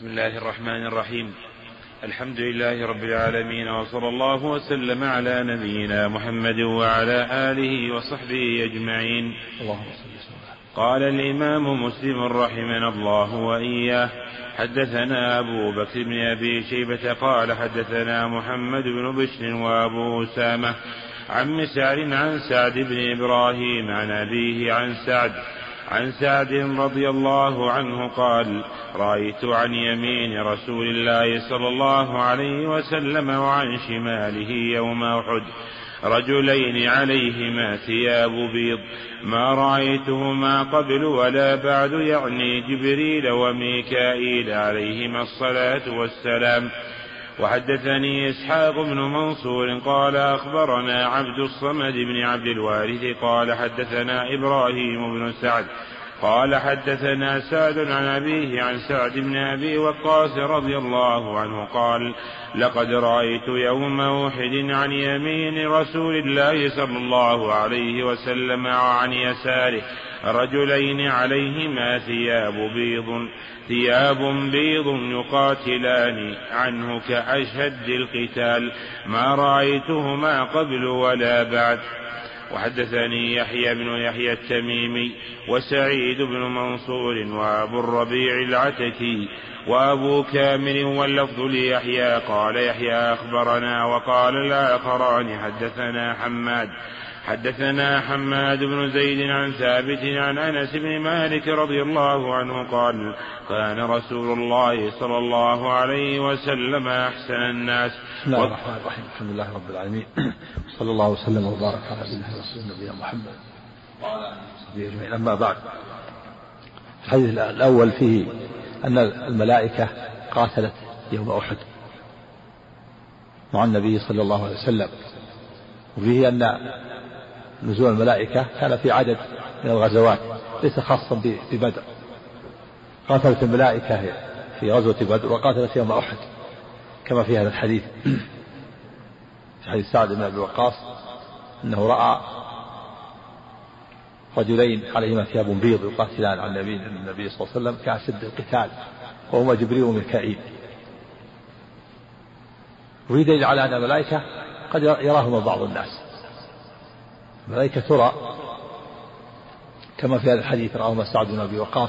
بسم الله الرحمن الرحيم. الحمد لله رب العالمين، وصلى الله وسلم على نبينا محمد وعلى آله وصحبه أجمعين. قال الإمام مسلم رحمنا الله وإياه: حدثنا أبو بكر بن أبي شيبة قال حدثنا محمد بن بشر وأبو أسامة عن مسعر عن سعد بن إبراهيم عن أبيه عن سعد رضي الله عنه قال: رأيت عن يمين رسول الله صلى الله عليه وسلم وعن شماله يوم أحد رجلين عليهما ثياب بيض ما رأيتهما قبل ولا بعد، يعني جبريل وميكائيل عليهما الصلاة والسلام. وحدثني إسحاق بن منصور قال أخبرنا عبد الصمد بن عبد الوارث قال حدثنا إبراهيم بن سعد قال حدثنا سعد عن أبيه عن سعد بن أبي وقاص رضي الله عنه قال: لقد رأيت يوم أحد عن يمين رسول الله صلى الله عليه وسلم وعن يساره رجلين عليهما ثياب بيض يقاتلان عنه كأشد القتال ما رأيتهما قبل ولا بعد. وحدثني يحيى بن يحيى التميمي وسعيد بن منصور وأبو الربيع العتكي وأبو كامل واللفظ ليحيى قال يحيى أخبرنا، وقال الآخران حدثنا حماد بن زيد عن ثابت عن أنس بن مالك رضي الله عنه قال: كان رسول الله صلى الله عليه وسلم أحسن الناس. بسم الله الرحمن الرحيم. الحمد لله رب العالمين، صلى الله وسلم وبارك على نبينا محمد وعلى آله وصحبه أجمعين. أما بعد، الحديث الأول فيه أن الملائكة قاتلت يوم أحد مع النبي صلى الله عليه وسلم، وفيه أن نزول الملائكة كان في عدد من الغزوات ليس خاصا ببدر. قاتلت الملائكة في غزوة بدر وقاتلت يوم أحد كما في هذا الحديث، في حديث سعد بن أبي وقاص أنه رأى رجلين عليهما ثياب بيض يقاتلان عن النبي صلى الله عليه وسلم كأشد القتال، وهما جبريل وميكائيل. وفي دليل على أن الملائكة قد يراهما بعض الناس. الملائكة ترى كما في هذا الحديث رآهما سعد بن أبي وقاص،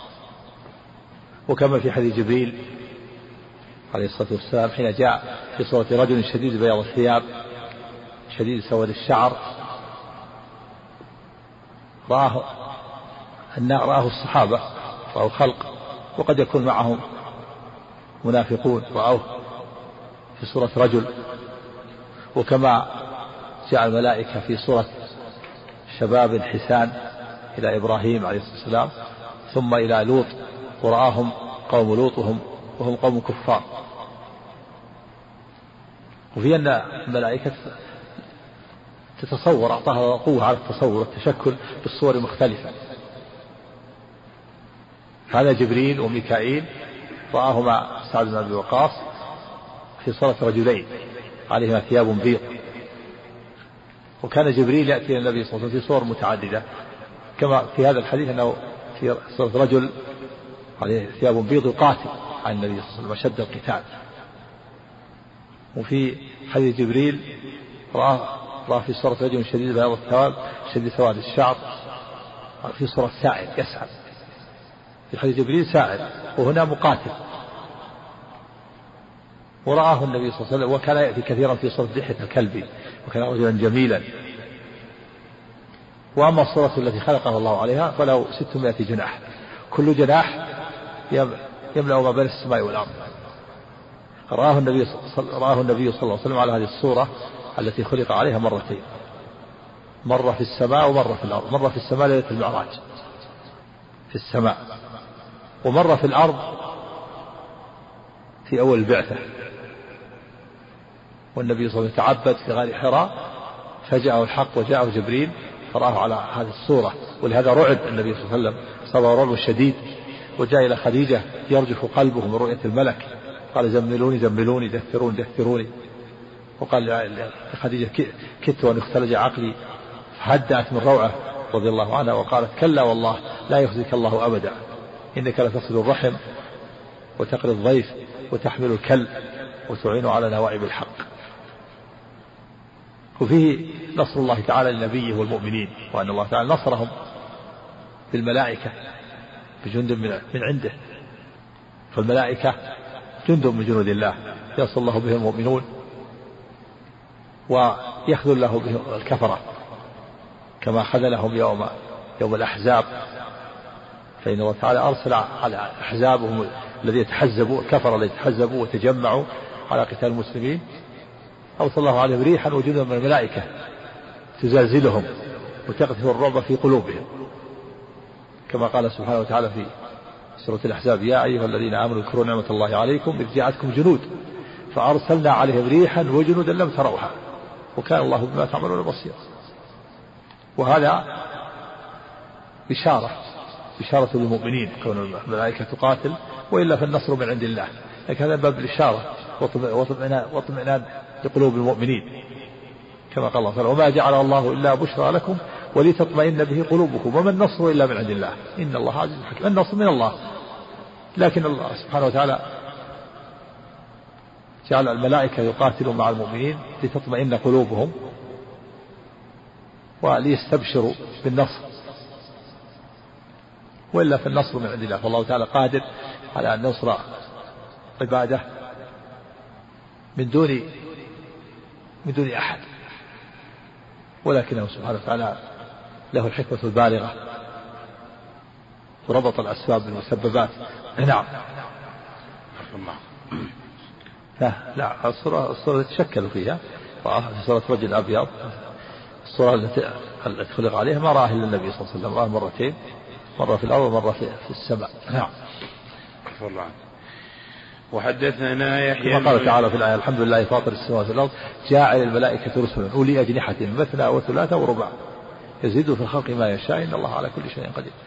وكما في حديث جبريل عليه الصلاة والسلام حين جاء في صورة رجل شديد بياض الثياب شديد سواد الشعر، رآه الصحابة، رآه الخلق، وقد يكون معهم منافقون رآوه في صورة رجل. وكما جاء الملائكة في صورة شباب حسان إلى إبراهيم عليه الصلاة والسلام، ثم إلى لوط ورآهم قوم لوط وهم قوم كفار. وفي أن الملائكة تتصور، أعطاها قوة على التصور والتشكل بالصور المختلفة. هذا جبريل وميكائيل رآهما سعد بن أبي وقاص في صورة رجلين عليهما ثياب بيض. وكان جبريل يأتي إلى النبي صلى الله عليه وسلم في صور متعددة، كما في هذا الحديث أنه في صورة رجل عليه ثياب بيض يقاتل عن النبي صلى الله عليه وسلم شد القتال. وفي حديث جبريل رأى في صورة رجل شديد بياض الثياب شديد سواد الشعر في صورة سائل يسعى. في حديث جبريل سائل وهنا مقاتل. ورآه النبي صلى الله عليه وسلم وكان يأتي كثيرا في صورة دحية الكلبي، وكان رجلا جميلا. وأما الصورة التي خلقه الله عليها فله 600 جناح، كل جناح يملأ ما بين السماء والأرض. رآه النبي صلى الله عليه وسلم على هذه الصورة التي خلق عليها مرتين، مرة في السماء ومرة في الأرض. مرة في السماء ليلة المعراج في السماء، ومرة في الأرض في أول البعثة. والنبي صلى الله عليه وسلم تعبد في غار حراء فجاءه الحق وجاءه جبريل فرآه على هذه الصورة، ولهذا رعب النبي صلى الله عليه وسلم، صار رعب شديد، وجاء إلى خديجة يرجف قلبه من رؤية الملك، قال: زملوني زملوني دثروني دثروني. وقال لخديجة: كدت أن يختلج عقلي. فهدأت من روعه رضي الله عنها وقالت: كلا والله لا يخزيك الله أبدا، إنك لتصل الرحم وتقري الضيف وتحمل الكل وتعين على نوائب الحق. وفيه نصر الله تعالى لنبيه والمؤمنين، وأن الله تعالى نصرهم بالملائكة بجند من عنده، فالملائكة جند من جنود الله ينصر الله به المؤمنون ويخذل الله به الكفرة كما خذلهم يوم الأحزاب، فإن الله تعالى أرسل على أحزابهم الذين تحزبوا الكفرة الذين تحزبوا وتجمعوا على قتال المسلمين، أرسل الله عليهم ريحا وجنودا من الملائكة تزلزلهم وتقذف الرعب في قلوبهم، كما قال سبحانه وتعالى في سورة الأحزاب: يا أيها الذين آمنوا اذكروا نعمة الله عليكم إذ جاءتكم جنود فأرسلنا عليهم ريحا وجنودا لم تروها وكان الله بما تعملون بصيرا. وهذا بشارة للمؤمنين كون الملائكة تقاتل، وإلا فالنصر من عند الله، لكن هذا باب الإشارة واطمئنان لقلوب المؤمنين، كما قال الله تعالى: وما جعل الله إلا بشرى لكم ولتطمئن به قلوبكم وما النصر إلا من عند الله إن الله عزيز حكيم. النصر من الله، لكن الله سبحانه وتعالى جعل الملائكة يقاتلوا مع المؤمنين لتطمئن قلوبهم وليستبشروا بالنصر، وإلا فالنصر من عند الله، فالله تعالى قادر على أن ينصر عباده من دون أحد، ولكنه سبحانه وتعالى له الحكمة البالغة وربط الأسباب بالمسببات. نعم. لا الصورة تشكلوا فيها، صورة رجل أبيض، الصورة التي خلق عليها ما رآها إلا النبي صلى الله عليه وسلم، رآها مرتين، مرة في الأرض ومرة في السماء. نعم. وحدثنا يحيى كما قال تعالى في الآية: الحمد لله فاطر السماوات والأرض جاعل الملائكة رسلا أولي أجنحة مثنى وثلاث ورباع يزيد في الخلق ما يشاء إن الله على كل شيء قدير.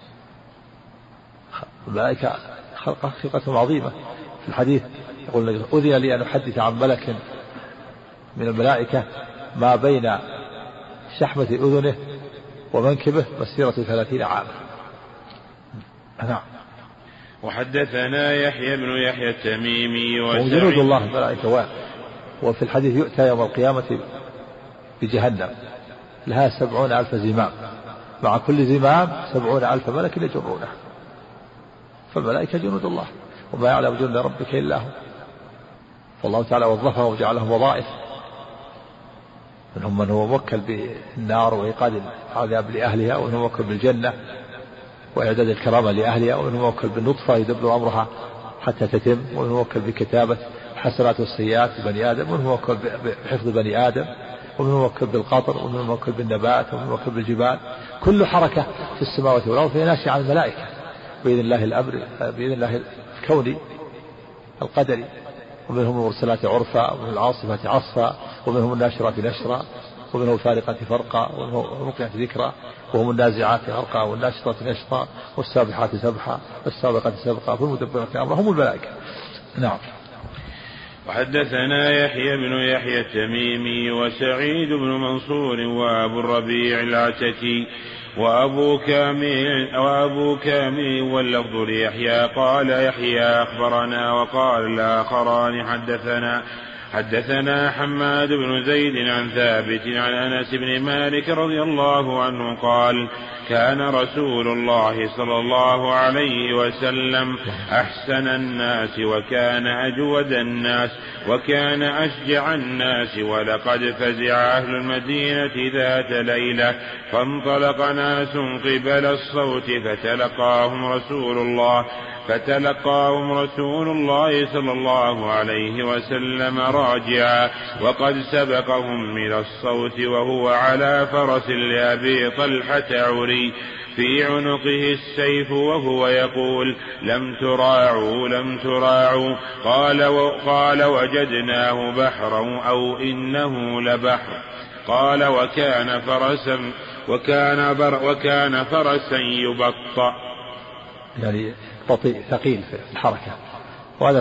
الملائكة خلقتهم عظيمة. في الحديث يقول: أذن لي أن أحدث عن ملك من الملائكة ما بين شحمة أذنه ومنكبه مسيرة 30 عاما. نعم. وحدثنا يحيى بن يحيى التميمي وجنود الله الملائكة، وفي الحديث يؤتى يوم القيامة بجهنم لها 70,000 زمام، مع كل زمام 70,000 ملك يجرونه، فالملائكة جنود الله وما يعلم جند ربك إلا هو. فالله تعالى وظفهم وجعلهم وظائف، منهم من هو موكل بالنار وإيقاد العذاب لأهلها، ومنهم موكل بالجنة وإعداد الكرامة لأهلها، ومنهم موكل بالنطفة يدبر أمرها حتى تتم، ومنهم موكل بكتابة الحسنات والسيئات لبني آدم، ومنهم موكل بحفظ بني آدم، ومنهم موكل بالقطر، ومنهم موكل بالنبات، ومنهم موكل بالجبال. كل حركة في السماوات والأرض فهي ناشئة عن الملائكة بإذن الله الأمر، بإذن الله الكوني القدري. ومنهم المرسلات عرفا، ومنهم العاصفات عصفا، ومنهم الناشرات نشرا، ومنهم الفارقات فرقا، ومنهم الملقيات ذكرا، وهم النازعات غرقا، والناشطات نشطا، والسابحات سبحا، والسابقات سبقا، والمدبرات أمرا، هم الملائكة. نعم. وحدثنا يحيى بن يحيى التميمي وسعيد بن منصور وأبو الربيع العتكي وأبو كامل واللفظ ليحيى قال يحيى أخبرنا، وقال الآخران حدثنا حماد بن زيد عن ثابت عن أنس بن مالك رضي الله عنه قال: كان رسول الله صلى الله عليه وسلم أحسن الناس وكان أجود الناس وكان أشجع الناس، ولقد فزع أهل المدينة ذات ليلة فانطلق ناس قبل الصوت فتلقاهم رسول الله صلى الله عليه وسلم راجعا، وقد سبقهم من الصوت وهو على فرس لأبي طلحة عري في عنقه السيف وهو يقول: لم تراعوا. قال: وجدناه بحرا أو إنه لبحر. قال: وكان فرسا يبطأ، يعني بطيء ثقيل في الحركة. وهذا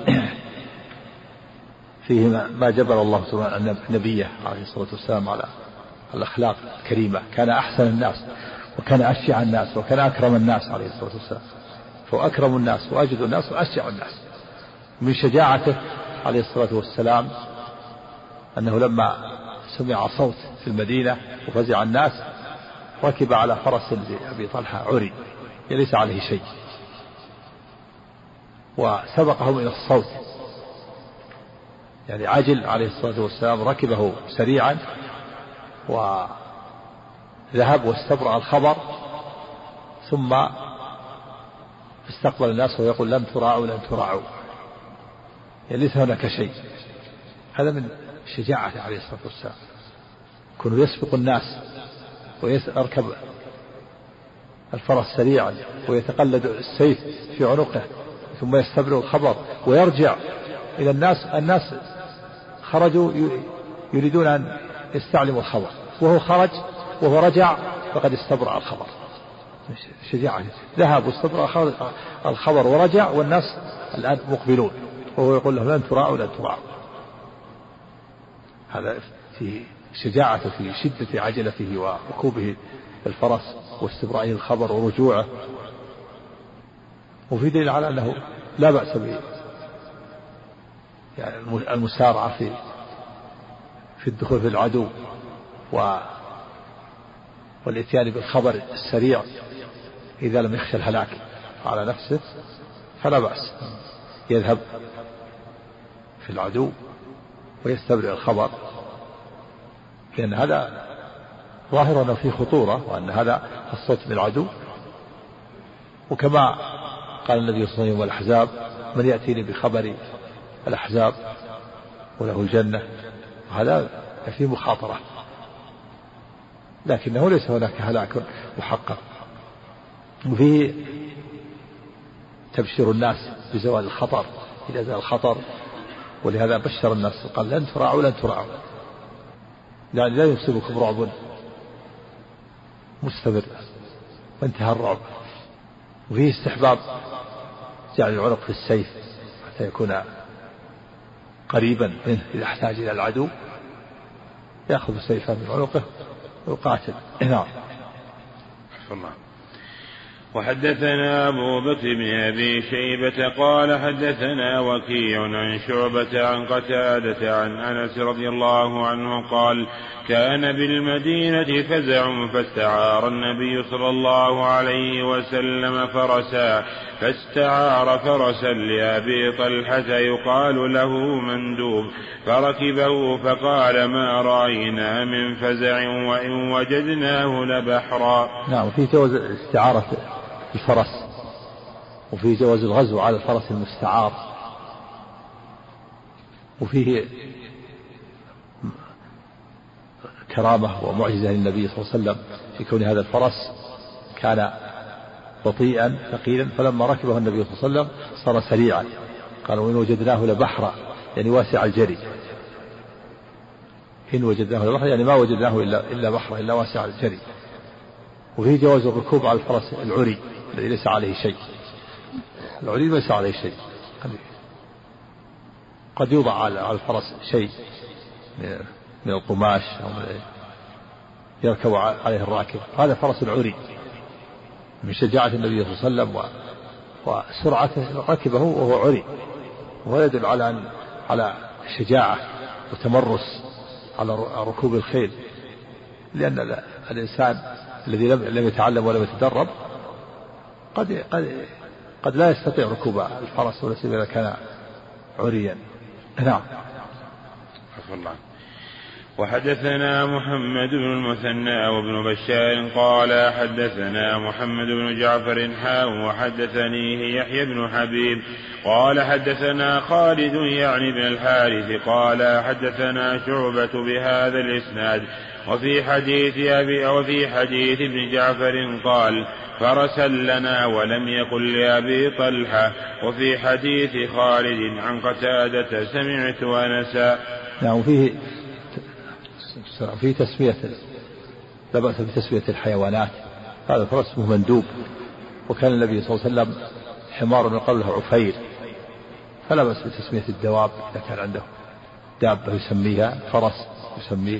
فيه ما جبر الله سبحانه نبيه عليه الصلاة والسلام على الأخلاق الكريمة. كان أحسن الناس وكان أشجع الناس وكان أكرم الناس عليه الصلاة والسلام، هو أكرم الناس وأجد الناس وأشجع الناس. من شجاعته عليه الصلاة والسلام أنه لما سمع صوت في المدينة وفزع الناس ركب على فرس لأبي طلحة عري ليس عليه شيء وسبقهم إلى الصوت، يعني عجل عليه الصلاة والسلام، ركبه سريعا وذهب واستبرأ الخبر ثم استقبل الناس ويقول لن تراعوا لن تراعوا، يعني ليس هناك شيء. هذا من شجاعته عليه الصلاة والسلام، كونه يسبق الناس ويركب الفرس سريعا ويتقلد السيف في عنقه ثم يستبرئ الخبر ويرجع إلى الناس خرجوا يريدون أن يستعلموا الخبر وهو خرج وهو رجع فقد استبرأ الخبر. شجاعة، ذهب واستبرأ الخبر ورجع والناس الآن مقبلون وهو يقول لهم لن تراعوا لن تراعوا. هذا في شجاعته في شدة عجلته وركوبه الفرس واستبرائه الخبر ورجوعه. وفي دليل على أنه لا بأس به يعني المسارعة في الدخول في العدو والإتيان بالخبر السريع إذا لم يخشى الهلاك على نفسه فلا بأس يذهب في العدو ويستبرئ الخبر، لأن هذا ظاهر أنه فيه خطورة وأن هذا الصوت من العدو. وكما قال النبي صلى الله عليه وسلم والأحزاب من يأتيني بخبر الأحزاب وله الجنة، هذا فيه مخاطرة لكنه ليس هناك هلاك محقق. وفيه تبشير الناس بزوال الخطر إذا زال الخطر، ولهذا بشر الناس قال لن تراعوا لن تراعوا، يعني لا يصيبكم رعب مستمر وانتهى الرعب. وفيه استحباب جعل العنق في السيف حتى يكون قريبا منه إذا احتاج إلى العدو يأخذ سيفا من عنقه ويقاتل. نعم. وحدثنا أبو بكر بن أبي شيبة قال حدثنا وكيع عن شعبة عن قتادة عن أنس رضي الله عنه قال كان بالمدينة فزع فاستعار النبي صلى الله عليه وسلم فرسا فاستعار فرسا لأبي طلحة يقال له مندوب فركبه فقال ما رأينا من فزع وإن وجدناه لبحرا. نعم. في جواز استعارة الفرس وفي جواز الغزو على الفرس المستعار، وفيه كرامة ومعجزة للنبي صلى الله عليه وسلم في كون هذا الفرس كان بطيئا ثقيلا، فلما ركبه النبي صلى الله عليه وسلم صار سريعا. قال وإن وجدناه لبحرا يعني واسع الجري، إن وجدناه لبحرا يعني ما وجدناه إلا بحرا إلا واسع الجري. وفيه جواز الركوب على الفرس العري الذي ليس عليه شيء، العري ليس عليه شيء، قد يوضع على الفرس شيء من القماش أو يركب عليه الراكب، هذا فرس العري. من شجاعة النبي صلى الله عليه وسلم وسرعته ركبه وهو عري، وهو يدل على شجاعة وتمرس على ركوب الخيل، لأن الإنسان الذي لم يتعلم ولم يتدرب قد لا يستطيع ركوب الفرس ولا سيما إذا كان عريا. نعم. وحدثنا محمد بن المثنى وابن بشار قال حدثنا محمد بن جعفر وحدثنيه يحيى بن حبيب قال حدثنا خالد يعني بن الحارث قال حدثنا شعبة بهذا الإسناد وفي حديث ابن جعفر قال فرسا لنا ولم يقل لأبي طلحة. وفي حديث خالد عن قتادة سمعت أنسا. نعم. في تسمية لا بأس بتسمية الحيوانات، هذا فرس اسمه مندوب، وكان النبي صلى الله عليه وسلم حمار يقال له عفير، فلا بأس بتسمية الدواب إذا كان عنده دابة يسميها فرس، يسميه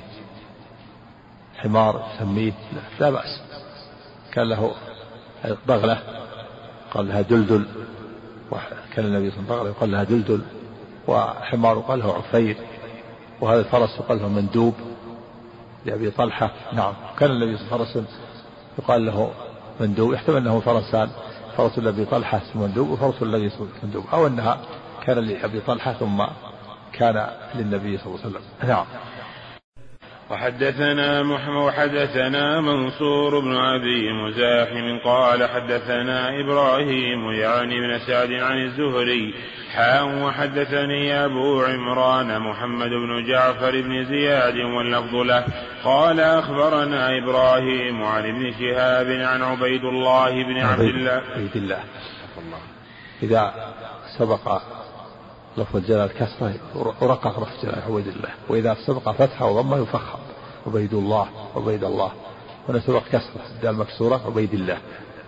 حمار، يسميه لا بأس. كان له بغلة يقال لها دلدل، وكان النبي صلى الله عليه وسلم يقال لها دلدل، وحمار يقال له عفير، وهذا الفرس يقال له مندوب لأبي طلحة. نعم، كان النبي صلى الله عليه وسلم يقال له مندوب، يحتمل أنه فرسان، فرس لأبي طلحة مندوب وفرس الذي مندوب، أو أنها كان لأبي طلحة ثم كان للنبي صلى الله عليه وسلم. نعم. وحدثنا منصور بن أبي مزاحم قال حدثنا إبراهيم يعني بن سعد عن الزهري وحدثني أبو عمران محمد بن جعفر بن زياد واللفظ له قال أخبرنا إبراهيم عن ابن شهاب عن عبيد الله بن عبد الله. إذا سبق لفظ الجلال كسره ورقق لفظ الجلال عبيد الله، وإذا سبق فتحة وضمه يفخم عبيد الله عبيد الله، هنا سبق كسره الدال مكسورة عبيد الله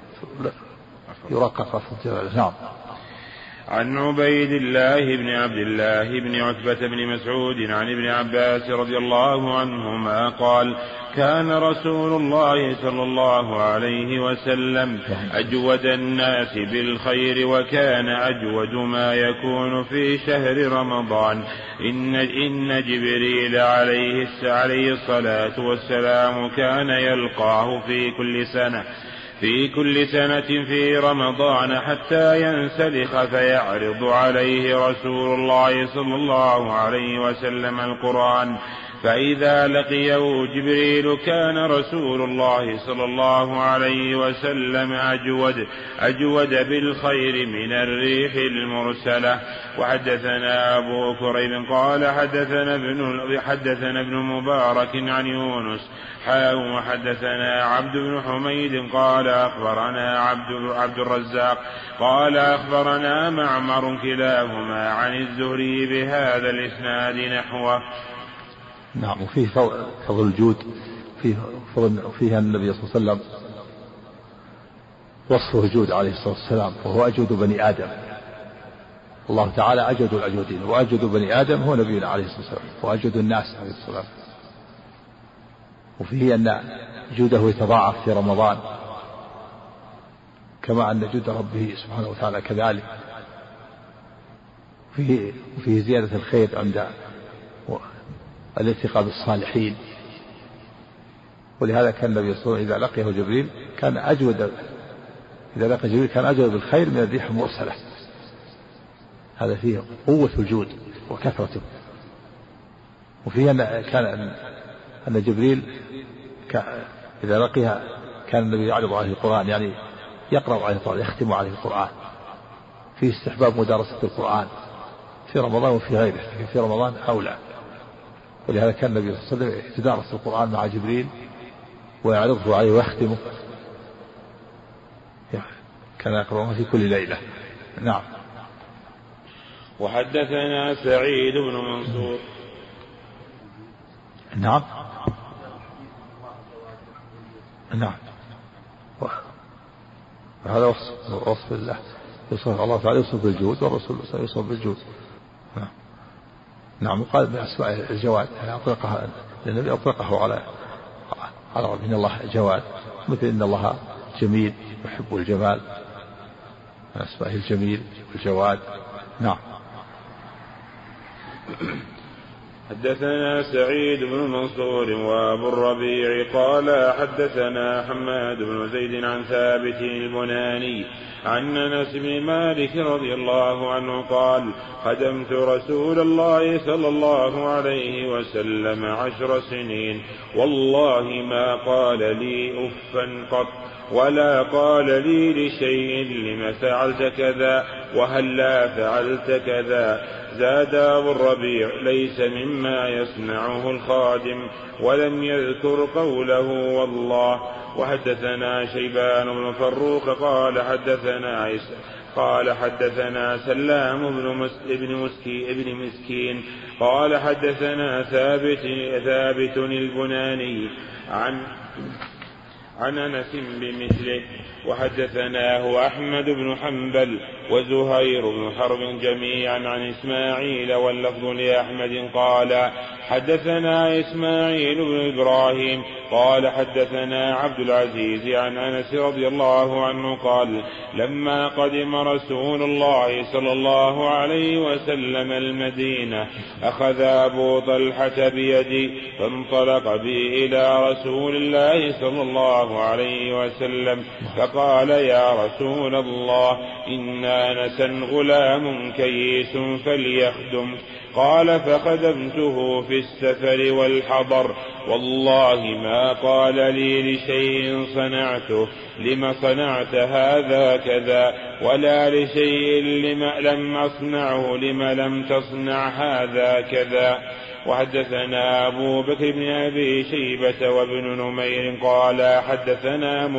يرقق لفظ الجلال. نعم. عن عبيد الله بن عبد الله بن عتبة بن مسعود عن ابن عباس رضي الله عنهما قال كان رسول الله صلى الله عليه وسلم أجود الناس بالخير، وكان أجود ما يكون في شهر رمضان. إن جبريل عليه الصلاة والسلام كان يلقاه في كل سنة في رمضان حتى ينسلخ، فيعرض عليه رسول الله صلى الله عليه وسلم القرآن، فإذا لقيه جبريل كان رسول الله صلى الله عليه وسلم أجود بالخير من الريح المرسلة. وحدثنا أبو كريب قال حدثنا ابن مبارك عن يونس وحدثنا عبد بن حميد قال أخبرنا عبد الرزاق قال أخبرنا معمر كلاهما عن الزهري بهذا الإسناد نحوه. نعم. وفيه فضل الجود، فيها النبي صلى الله عليه وسلم وصفه الجود عليه الصلاة والسلام، وهو أجود بني آدم. الله تعالى أجود الأجودين، وأجود بني آدم هو نبينا عليه الصلاة والسلام، وأجود الناس عليه الصلاة والسلام. وفيه أن جوده يتضاعف في رمضان، كما أن جود ربه سبحانه وتعالى كذلك. وفيه زيادة الخير عند الالتقاء بالصالحين، ولهذا كان النبي صلى الله عليه وسلم إذا لقيه جبريل كان أجود بالخير من الريح المرسلة. هذا فيه قوة الجود وكثرته. وفيه أن جبريل إذا لقيها كان النبي يعرض عليه القرآن، يعني يقرأ عليه القرآن، يختم عليه القرآن. فيه استحباب مدارسة القرآن في رمضان وفي غيره، لكن في رمضان أولى. ولهذا كان النبي صلى الله عليه وسلم يتدارس القرآن مع جبريل ويعرضه عليه ويختمه، كان يقرأه في كل ليلة. نعم. وحدثنا سعيد بن منصور. نعم. نعم. وهذا وصف الله، يوصف الله تعالى يوصف بالجود، والرسول يوصف بالجود. نعم. نعم. قال من أسماء الجواد، أطلقها النبي، أطلقه على إن الله جواد، مثل إن الله جميل يحب الجمال، من أسمائه الجميل والجواد. نعم. حدثنا سعيد بن منصور وابو الربيع قال حدثنا حماد بن زيد عن ثابت البناني عن انس بن مالك رضي الله عنه قال خدمت رسول الله صلى الله عليه وسلم 10 سنين، والله ما قال لي أفا قط، ولا قال لي لشيء لم فعلت كذا وهلا فعلت كذا. زاد أبو الربيع ليس مما يصنعه الخادم، ولم يذكر قوله والله. وحدثنا شيبان بن فروخ قال حدثنا سلام بن مسكين قال حدثنا ثابت البناني عن أنس بمثله. وحدثناه أحمد بن حنبل وزهير بن حرب جميعا عن إسماعيل واللفظ لأحمد قال حدثنا إسماعيل بن إبراهيم قال حدثنا عبد العزيز عن أنس رضي الله عنه قال لما قدم رسول الله صلى الله عليه وسلم المدينة أخذ أبو طلحة بيدي فانطلق بي إلى رسول الله صلى الله عليه وسلم فقال يا رسول الله إن أنسا غلام كيس فليخدمك قال فخدمته في السفر والحضر والله ما قال لي لشيء صنعته لم صنعت هذا كذا ولا لشيء لم أصنعه لم لم تصنع هذا كذا. وحدثنا أبو بكر بن أبي شيبة وابن نمير قال حدثنا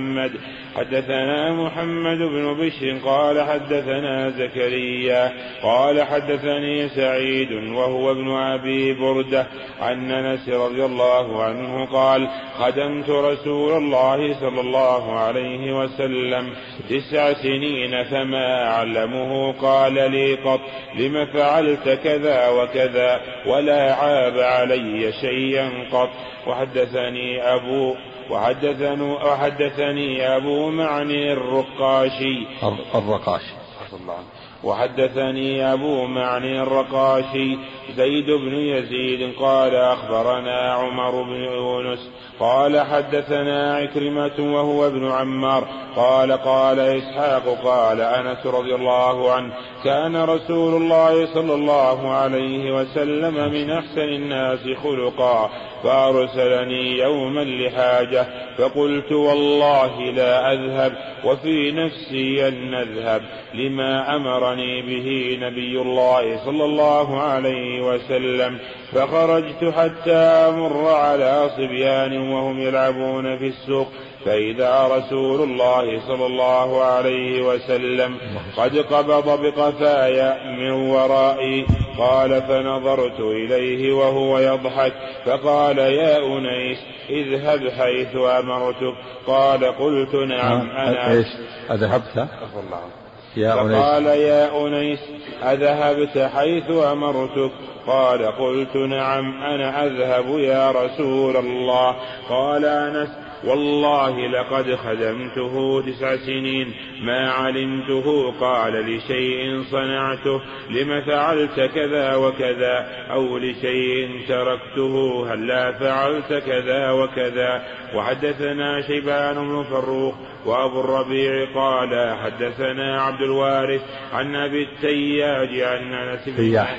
محمد بن بشر قال حدثنا زكريا قال حدثني سعيد وهو ابن أبي بردة عن أنس رضي الله عنه قال خدمت رسول الله صلى الله عليه وسلم 9 سنين فما أعلمه قال لي قط لم فعلت كذا وكذا ولا عاب علي شيئا قط. وحدثني أبو معني الرقاشي زيد بن يزيد قال أخبرنا عمر بن يونس قال حدثنا عكرمة وهو ابن عمار قال إسحاق قال أنس رضي الله عنه كان رسول الله صلى الله عليه وسلم من أحسن الناس خلقا فأرسلني يوما لحاجة فقلت والله لا أذهب وفي نفسي أن نذهب لما أمرني به نبي الله صلى الله عليه وسلم فخرجت حتى أمر على صبيان وهم يلعبون في السوق فإذا رسول الله صلى الله عليه وسلم قد قبض بقفايا من ورائي قال فنظرت إليه وهو يضحك فقال يا أنيس اذهب حيث أمرتك قال قلت نعم أنا أذهبت فقال يا أنيس أذهبت حيث أمرتك قال قلت نعم أنا أذهب يا رسول الله. قال أنس والله لقد خدمته 9 سنين ما علمته قال لشيء صنعته لم فعلت كذا وكذا أو لشيء تركته هلا فعلت كذا وكذا. وحدثنا شيبان بن فروخ وأبو الربيع قال حدثنا عبد الوارث عن أبي التياج عن أنس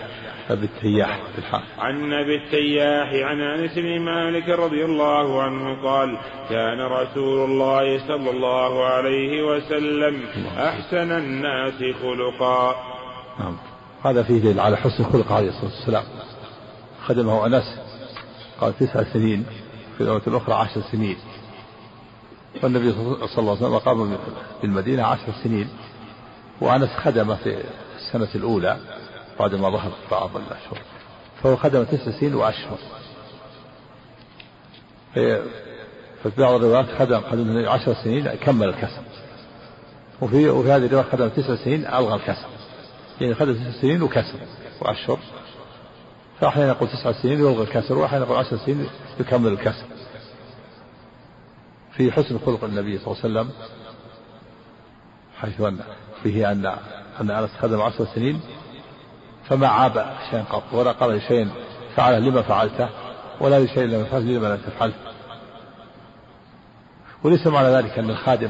عن أنس بن مالك رضي الله عنه قال كان رسول الله صلى الله عليه وسلم أحسن الناس خلقا. هذا فيه دليل على حسن خلق عليه الصلاة والسلام. خدمه أنس قال 9 سنين في الأمة الأخرى 10 سنين والنبي صلى الله عليه وسلم قام بالمدينة 10 سنين وأنس خدم في السنة الأولى بعد ما ظهر بعض الأشهر فهو خدم 9 سنين وأشهر. في بعض الروايات خدم 10 سنين كمل الكسب وفي هذه الرواية خدم 9 سنين ألغى الكسب يعني خدم 9 سنين وكسر وأشهر فأحيانا يقول 9 سنين يلغى الكسر وأحيانا يقول 10 سنين يكمل الكسر. في حسن خلق النبي صلى الله عليه وسلم حيث فيه أن أنس خدم 10 سنين فما عاب شيئا قط ولا قال لشيء فعله لما فعلته ولا لشيء لم يفعله لما لم تفعله. وليس معنى ذلك أن الخادم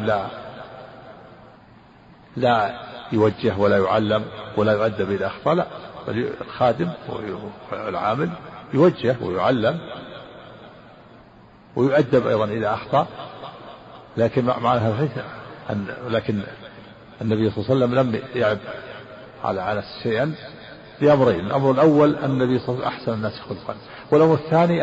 لا يوجه ولا يعلم ولا يؤدب إذا أخطأ لا بل الخادم والعامل يوجه ويعلم ويؤدب أيضا إذا أخطأ. لكن معنى هذا الحديث لكن النبي صلى الله عليه وسلم لم يعب على أنس شيئا لأمرين. الأمر الأول أن النبي صلى الله عليه وسلم أحسن الناس خلقا والأمر الثاني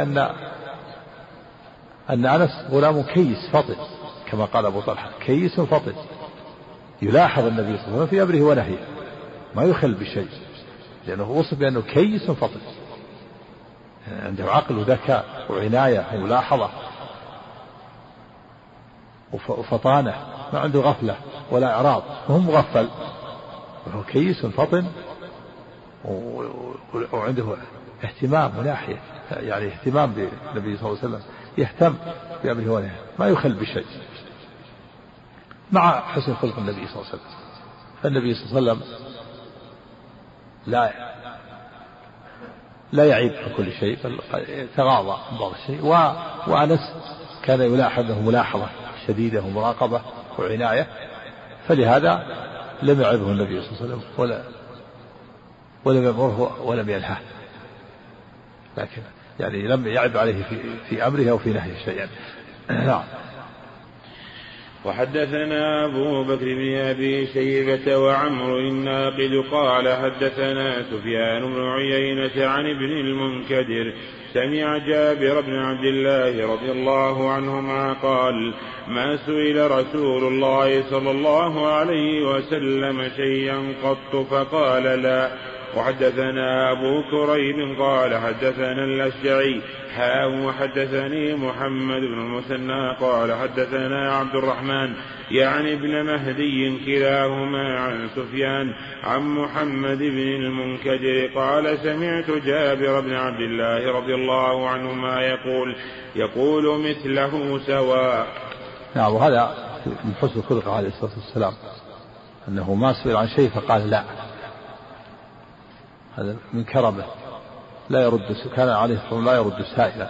أن أنس غلام كيس فطن كما قال أبو طلحة كيس فطن يلاحظ النبي صلى الله عليه وسلم في أمره ونهيه ما يخل بشيء لأنه وصف بأنه كيس فطن عنده عقل وذكاء وعناية وملاحظة وفطانة، ما عنده غفلة ولا إعراض، وهو مغفل، وهو كيس فطن وعنده اهتمام وناحية، يعني اهتمام بالنبي صلى الله عليه وسلم، يهتم بأمره ونهيه، ما يخل بشيء، مع حسن خلق النبي صلى الله عليه وسلم. فالنبي صلى الله عليه وسلم لا يعيب في كل شيء، بل تغاضى عن بعض الشيء. وأنس كان يلاحظ له ملاحظة شديدة ومراقبة وعناية، فلهذا لم يعبه النبي صلى الله عليه وسلم ولم يمره ولم ينهه، لكن يعني لم يعب عليه في أمره أو في نهيه شيئا. نعم. وحدثنا أبو بكر بن أبي شيبة وعمرو الناقد قال حدثنا سفيان بن عيينة عن ابن المنكدر سمع جابر بن عبد الله رضي الله عنهما قال ما سئل رسول الله صلى الله عليه وسلم شيئا قط فقال لا. وحدثنا أبو كريب قال حدثنا الأشجعي وحدثني محمد بن المثنى قال حدثنا عبد الرحمن يعني ابن مهدي كلاهما عن سفيان عن محمد بن المنكدر قال سمعت جابر بن عبد الله رضي الله عنهما يقول مثله سواء. نعم. وهذا من حسن خلقه عليه الصلاة والسلام أنه ما سئل عن شيء فقال لا، هذا من كرمه، لا يرد، كان عليه الصلاة والسلام لا يرد سائلا.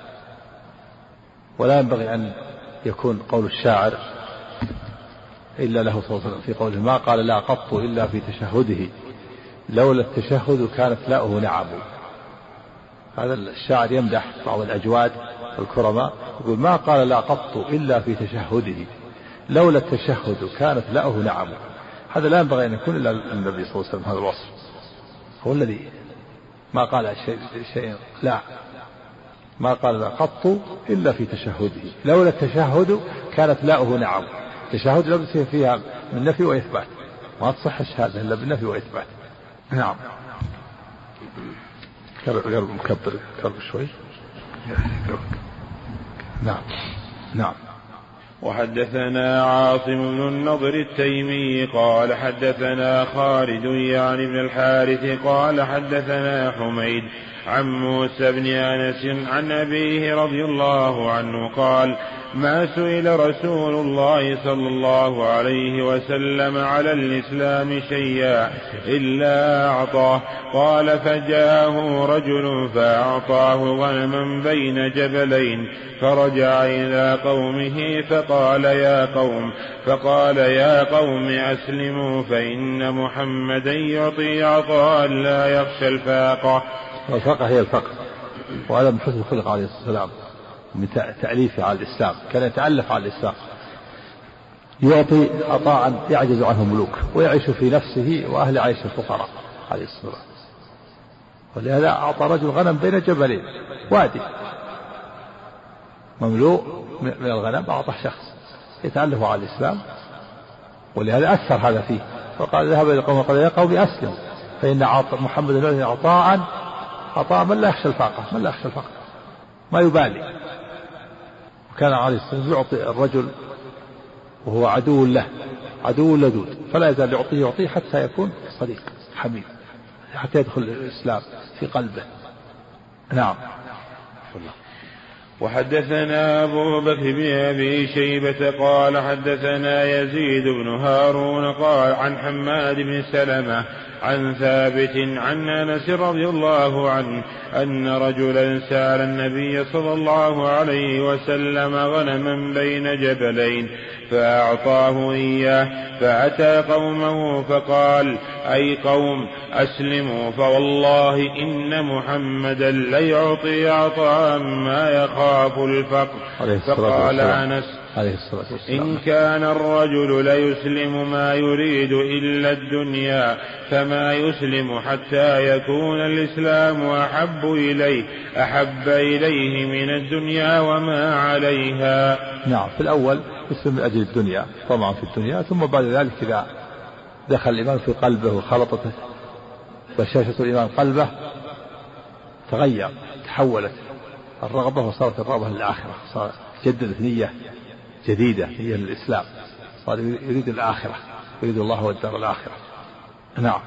ولا ينبغي أن يكون قول الشاعر إلا له صلى الله عليه وسلم في قوله ما قال لا قط إلا في تشهده لولا التشهد كانت لاؤه نعم. هذا الشاعر يمدح بعض الأجواد والكرماء، يقول ما قال لا قط إلا في تشهده لولا التشهد كانت لاؤه نعم. هذا لا ينبغي أن يكون إلا النبي صلى الله عليه وسلم، هذا الوصف هو الذي ما قال شيء لا، ما قال لا قط إلا في تشهده لولا التشهد كانت لاؤه نعم. التشهد لابد فيها من نفي وإثبات، ما تصح الشهادة إلا بالنفي وإثبات. نعم. قلب مكبر قلب شوي. نعم. نعم. وحدثنا عاصم بن النضر التيمي قال حدثنا خالد يعني بن الحارث قال حدثنا حميد عن موسى بن أنس عن أبيه رضي الله عنه قال ما سئل رسول الله صلى الله عليه وسلم على الإسلام شيئا إلا أعطاه. قال فجاءه رجل فأعطاه غنما بين جبلين فرجع إلى قومه فقال يا قوم أسلموا فإن محمدا يعطي عطاء لا يخشى الفاقة. والفاقة هي الفقر، وهذا من حسن الخلق عليه الصلاة والسلام من تأليفه على الإسلام، كان يتألف على الإسلام، يعطي عطاء يعجز عنه ملوك ويعيش في نفسه وأهل عيش الفقراء عليه الصلاة والسلام. ولهذا أعطى رجل غنم بين جبلين، وادي مملوء من الغنم، أعطى شخص يتألف على الإسلام، ولهذا أثر هذا فيه، فقال ذهب إلى قوم قال يا قوم أسلموا فإن محمد يعطي عطاء من لا يخشى الفقر، ما يبالي. وكان عليه الصلاة والسلام يعطي الرجل وهو عدو له، عدو لدود، فلا يزال يعطيه حتى يكون صديق حميد، حتى يدخل الإسلام في قلبه. نعم. وحدثنا أبو بكر بن أبي شيبة قال حدثنا يزيد بن هارون قال عن حماد بن سلمة عن ثابت عن أنس رضي الله عنه أن رجلا سأل النبي صلى الله عليه وسلم غنما بين جبلين فأعطاه إياه، فأتى قومه فقال أي قوم أسلموا فوالله إن محمدا ليعطي عطاء ما يخاف الفقر. فقال أنس إن كان الرجل ليسلم ما يريد إلا الدنيا فما يسلم حتى يكون الإسلام أحب إليه من الدنيا وما عليها. نعم. في الأول يسلم من أجل الدنيا، طمعا في الدنيا، ثم بعد ذلك إذا دخل الإيمان في قلبه وخلطت بشاشة الإيمان قلبه تغير، تحولت الرغبة وصارت الرغبة للآخرة، صارت جددت نية جديدة هي الإسلام، صار يريد الآخرة، يريد الله والدار الآخرة. نعم.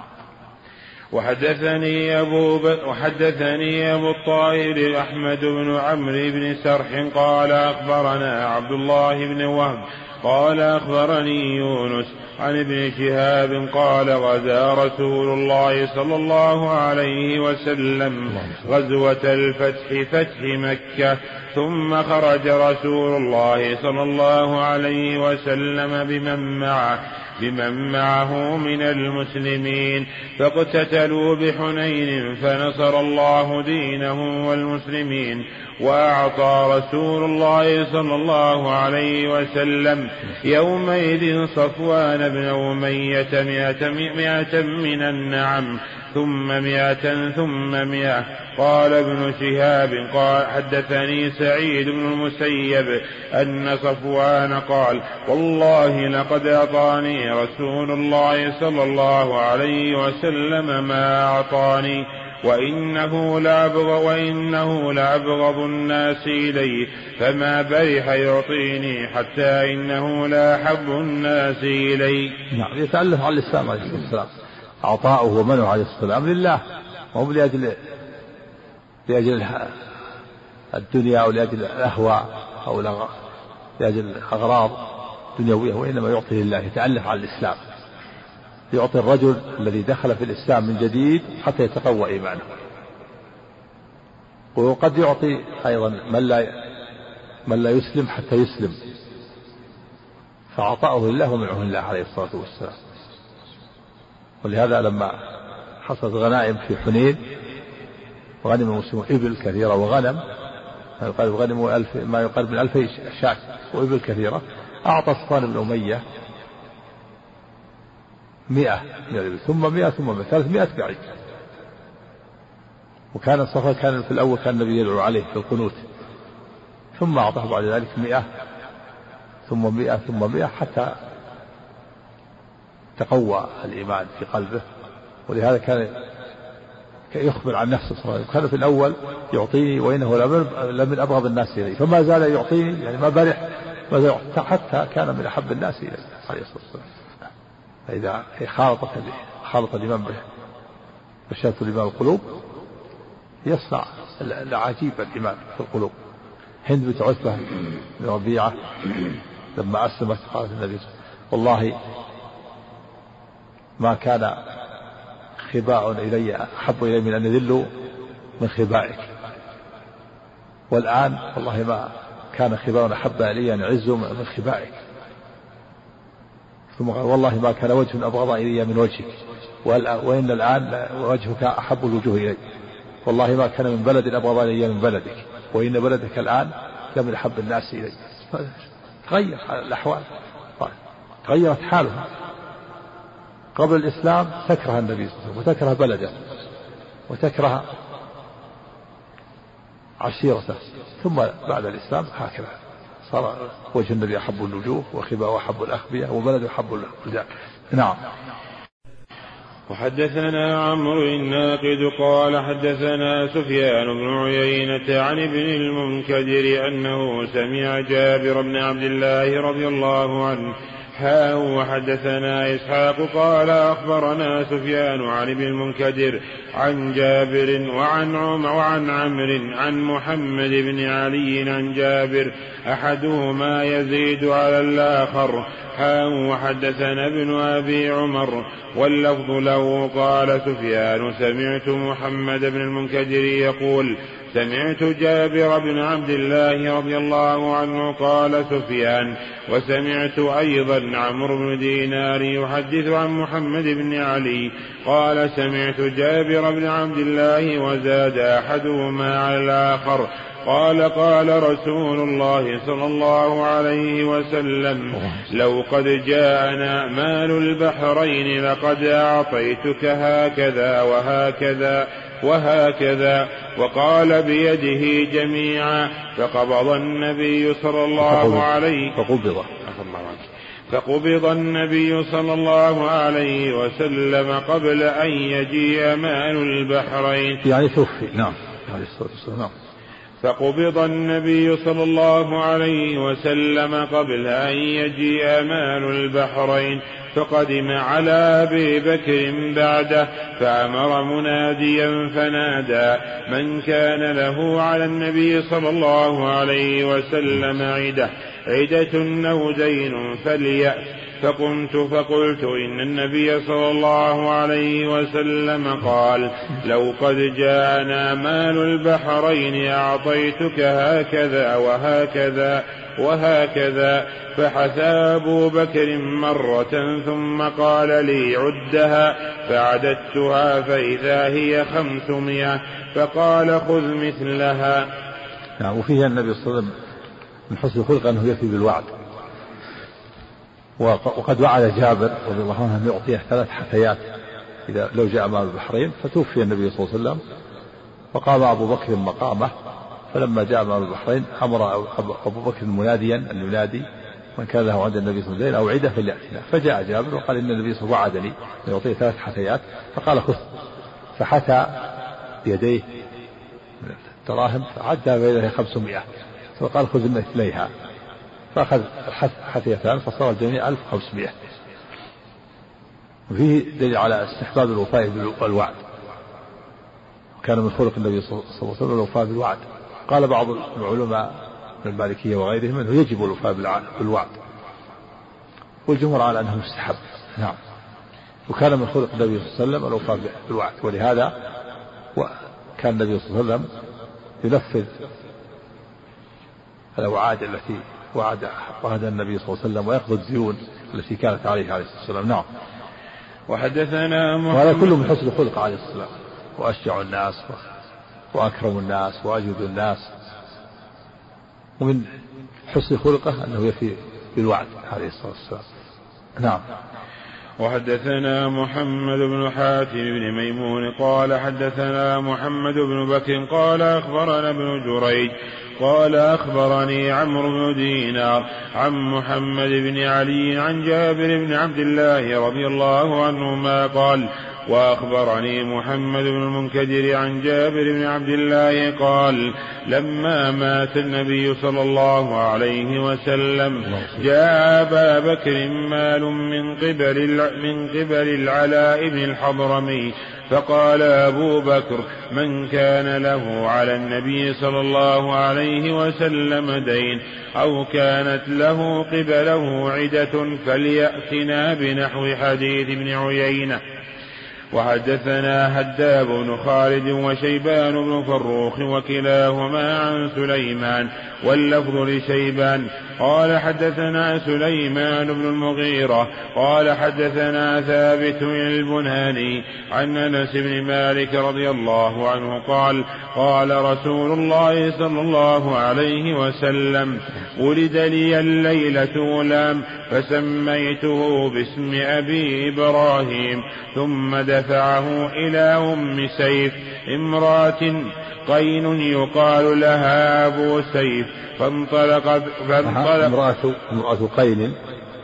وحدثني أبو الطاهر أحمد بن عمرو بن سرح قال أخبرنا عبد الله بن وهب قال أخبرني يونس عن ابن شهاب قال غزا رسول الله صلى الله عليه وسلم غزوة الفتح فتح مكة، ثم خرج رسول الله صلى الله عليه وسلم بمن معه من المسلمين، فاقتتلوا بحنين فنصر الله دينه والمسلمين. وأعطى رسول الله صلى الله عليه وسلم يومئذ صفوان بن أمية 100 من النعم، ثم 100 ثم 100. قال ابن شهاب قال حدثني سعيد بن المسيب أن صفوان قال والله لقد أعطاني رسول الله صلى الله عليه وسلم ما أعطاني، وإنه لأبغض الناس إلي، فما برح يعطيني حتى إنه لأحب الناس إلي. نعم. يتألف على الإسلام عليه الصلاة والسلام، عطاؤه ومنعه عليه الصلاة والسلام لله، وهم لأجل الدنيا أو لأجل الأهواء أو لأجل أغراض دنيوية، وإنما يعطي لله، يتألف على الإسلام، يعطي الرجل الذي دخل في الإسلام من جديد حتى يتقوى إيمانه. وقد يعطي أيضا من لا يسلم حتى يسلم، فعطاؤه لله ومنعه لله عليه الصلاة والسلام. ولهذا لما حصلت غنائم في حنين وغنم المسلمون إبل كثيرة وغنم ما يقارب من 1000 شاة وإبل كثيرة، أعطى صفوان بن أمية 100 من الإبل، ثم 100 ثم 100، 300 بعيد. وكان صفوان كان في الأول كان النبي يدعو عليه في القنوت، ثم أعطاه بعد ذلك 100 ثم 100 ثم 100 حتى تقوى الإيمان في قلبه. ولهذا كان يخبر عن نفسه صلى الله عليه وسلم، كان في الأول يعطيني وإنه لمن أبغض الناس إلي، فما زال يعطيني يعني ما برح حتى كان من أحب الناس إلي عليه الصلاة والسلام. فإذا خالط الإيمان بشرة الإيمان القلوب يصنع العجيب الإيمان في القلوب. هند بنت عتبة بن ربيعة لما أسلمت قالت النبي والله ما كان خباء إلي أحب إلي من أن يذلوا من خبائك، والآن والله ما كان خباء أحب إلي أن يعزوا من خبائك. ثم قال والله ما كان وجه أبغض إلي من وجهك، وإن الآن وجهك أحب الوجوه إلي، والله ما كان من بلد أبغض إلي من بلدك، وإن بلدك الآن لمن أحب الناس إلي. تغير الأحوال، تغيرت حالها. قبل الإسلام تكره النبي صلى الله عليه وسلم وتكره بلده وتكره عشيرته، ثم بعد الإسلام هكذا صار وجه النبي أحب الوجوه وخباء أحب الأخبية وبلده أحب البلدان. نعم. وحدثنا عمرو الناقد قال حدثنا سفيان بن عيينة عن ابن المنكدر أنه سمع جابر بن عبد الله رضي الله عنه وحدثنا إسحاق قال أخبرنا سفيان عن ابن المنكدر عن جابر وعن عمرو عن محمد بن علي عن جابر أحدهما يزيد على الآخر. وحدثنا ابن أبي عمر واللفظ له قال سفيان سمعت محمد بن المنكدر يقول سمعت جابر بن عبد الله رضي الله عنه قال سفيان، وسمعت أيضا عمرو بن دينار يحدث عن محمد بن علي قال سمعت جابر بن عبد الله وزاد أحدهما على الآخر قال رسول الله صلى الله عليه وسلم لو قد جاءنا مال البحرين لقد أعطيتك هكذا وهكذا وهكذا، وقال بيده جميعا. فقبض النبي صلى الله عليه وسلم قبل أن يجيء مال البحرين، يعني توفي. نعم عليه الصلاة والسلام. فقبض النبي صلى الله عليه وسلم قبل أن يجيء مال البحرين، فقدم على أبي بكر بعده، فأمر مناديا فنادى: من كان له على النبي صلى الله عليه وسلم عدة أو دين فليأت. فقمت فقلت: إن النبي صلى الله عليه وسلم قال: لو قد جاءنا مال البحرين أعطيتك هكذا وهكذا وهكذا. فحثى أبو بكر مرة ثم قال لي: عدها. فعددتها فإذا هي 500. فقال: خذ مثلها. وفيه النبي صلى الله عليه وسلم من حسن خلقه أنه يفي بالوعد، وقد وعد جابر رضي الله عنه أن يعطيه 3 حثيات إذا لو جاء مال البحرين، فتوفي النبي صلى الله عليه وسلم وقام أبو بكر مقامه. فلما جاء مال البحرين أمر أبو بكر مناديا أن ينادي: من كان له عند النبي صلى الله عليه وسلم أو عدة فليأتنا. فجاء جابر وقال: إن النبي صلى الله عليه وسلم وعدني أن يعطيه 3 حثيات. فقال: خذ. فحثى بيديه دراهم فعدها بيده 500. فقال: خذ مثليها. فأخذ حثيتان فصار الجميع 1500. وفيه دليل على استحباب الوفاء بالوعد، كان من خلق النبي صلى الله عليه وسلم الوفاء بالوعد. قال بعض العلماء من المالكية وغيرهم أنه يجب الوفاء بالوعد، والجمهور على أنه مستحب. نعم. وكان من خلق النبي صلى الله عليه وسلم الوفاء بالوعد، ولهذا كان النبي صلى الله عليه وسلم ينفذ الأوعاد التي وعد النبي صلى الله عليه وسلم، ويقضي الديون التي كانت عليه الصلاة والسلام. نعم. وحدثنا وهذا كله من حسن خلق عليه الصلاة والسلام، وأشجع الناس وأكرم الناس وأجود الناس، ومن حسن خلقه أنه يفي بالوعد عليه الصلاة والسلام. نعم. وحدثنا محمد بن حاتم بن ميمون قال حدثنا محمد بن بكر قال أخبرنا ابن جريج قال أخبرني عمرو بن دينار عن محمد بن علي عن جابر بن عبد الله رضي الله عنهما قال: وأخبرني محمد بن المنكدر عن جابر بن عبد الله قال: لما مات النبي صلى الله عليه وسلم جاء أبا بكر مال من قبل العلاء بن الحضرمي، فقال أبو بكر: من كان له على النبي صلى الله عليه وسلم دين أو كانت له قبله عدة فليأتنا بنحو حديث ابن عيينة. وحدثنا هداب بن خالد وشيبان بن فروخ وكلاهما عن سليمان، واللفظ لشيبان قال حدثنا سليمان بن المغيرة قال حدثنا ثابت البناني عن أنس بن مالك رضي الله عنه قال: قال رسول الله صلى الله عليه وسلم: ولد لي الليلة غلام فسميته باسم أبي إبراهيم، ثم دفعه إلى أم سيف امرأة قين يقال لها أبو سيف، فانطلق امرأة قين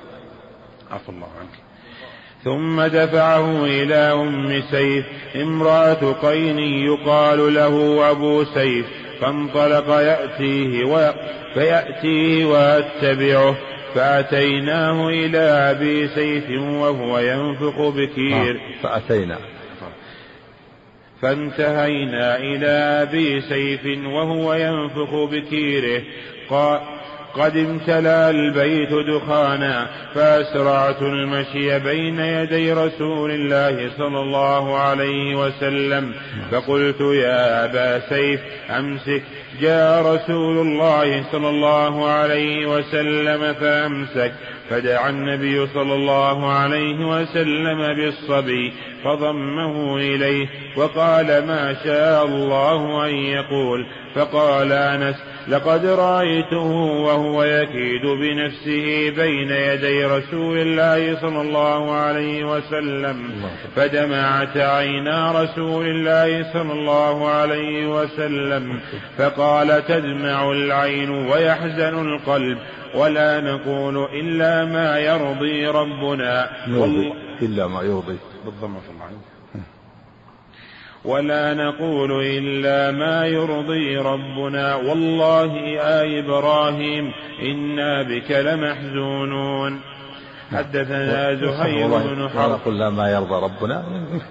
عفى الله عنك. ثم دفعه إلى أم سيف امرأة قين يقال له أبو سيف، فانطلق فيأتيه وأتبعه، فأتيناه إلى أبي سيف وهو ينفق بكير فانتهينا إلى أبي سيف وهو ينفخ بكيره، قد امتلأ البيت دخانا، فأسرعت المشي بين يدي رسول الله صلى الله عليه وسلم، فقلت: يا أبا سيف أمسك. جاء رسول الله صلى الله عليه وسلم فأمسك، فدعا النبي صلى الله عليه وسلم بالصبي فضمه إليه وقال: ما شاء الله أن يقول. فقال أنس: لقد رأيته وهو يكيد بنفسه بين يدي رسول الله صلى الله عليه وسلم، فدمعت عينا رسول الله صلى الله عليه وسلم، فقال: تدمع العين ويحزن القلب، ولا نقول إلا ما يرضي ربنا إلا ما يرضي بالضمة في العين. ولا نقول إلا ما يرضي ربنا والله يا إبراهيم إنا بك لمحزونون. حدثنا زهير بن حرب. نقول لا ما يرضى ربنا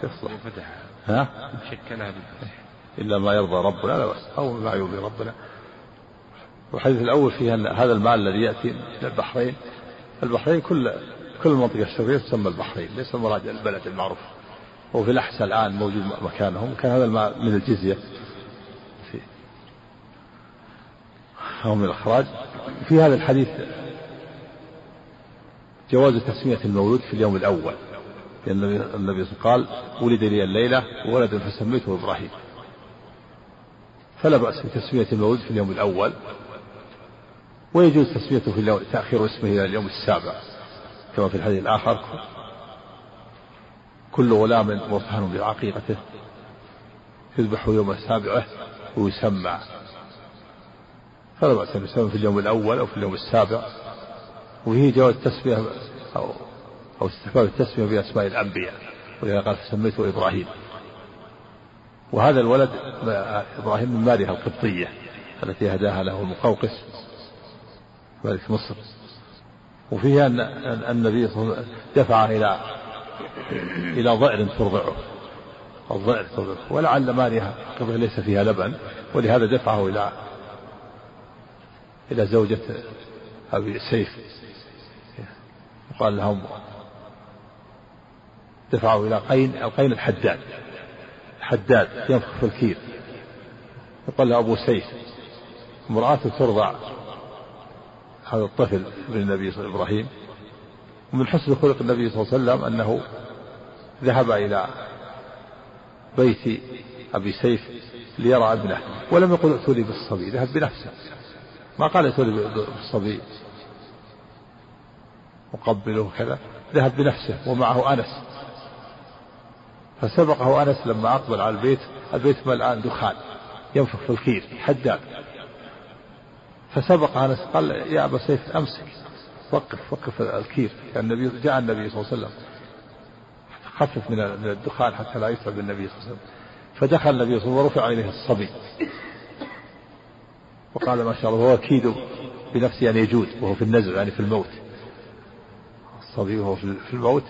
شكلها بالفتح إلا ما يرضى ربنا لا بس أو ما يرضي ربنا. والحديث الأول فيه أن هذا المال الذي يأتي من البحرين كل المنطقة الشرقية تسمى البحرين، ليس المراد البلد المعروف. وفي الأحساء الآن موجود مكانهم، كان هذا المال من الجزية أو من الإخراج. في هذا الحديث جواز تسمية المولود في اليوم الأول، لأن النبي قال ولد لي الليلة ولد فسميته إبراهيم، فلا بأس بتسمية المولود في اليوم الأول، ويجوز تسميته في اليوم تأخير اسمه إلى اليوم السابع كما في الحديث الآخر كل غلام مرتهن بعقيقته يذبح يوم السابع ويسمى، فلا بأس أن يسمى في اليوم الأول أو في اليوم السابع. وهي جواز التسمية أو استحباب التسمية بأسماء الأنبياء، ولذا قال فسميته إبراهيم. وهذا الولد إبراهيم من ماريا القبطية التي هداها له المقوقس ملك مصر. وفيها أن النبي صلى الله عليه وسلم دفع إلى ضئر ترضعه، الضئر ترضعه، ولعل ماريا القبطية ليس فيها لبن، ولهذا دفعه إلى زوجة أبي سيف، وقال لهم دفعوا إلى القين الحداد ينفخ في الكير، يقول له أبو سيف امرأته ترضع هذا الطفل ابن النبي صلى الله عليه وسلم إبراهيم. ومن حسن خلق النبي صلى الله عليه وسلم أنه ذهب إلى بيت أبي سيف ليرى ابنه، ولم يقل ائتوا لي بالصبي، ذهب بنفسه، ما قال ائتوا لي بالصبي مقبله كذا، ذهب بنفسه ومعه أنس، فسبقه أنس لما أقبل على البيت ملآن دخان ينفخ في الكير حداد، فسبق أنس قال يا أبا سيف أمسك وقف الكير، يعني جاء النبي صلى الله عليه وسلم خفف من الدخان حتى لا يتعب النبي صلى الله عليه وسلم. فدخل النبي صلى الله عليه وسلم ورفع إليه الصبي وقال ما شاء الله، وهو أكيد بنفسه أن يجود وهو في النزع يعني في الموت، الصبي وهو في الموت.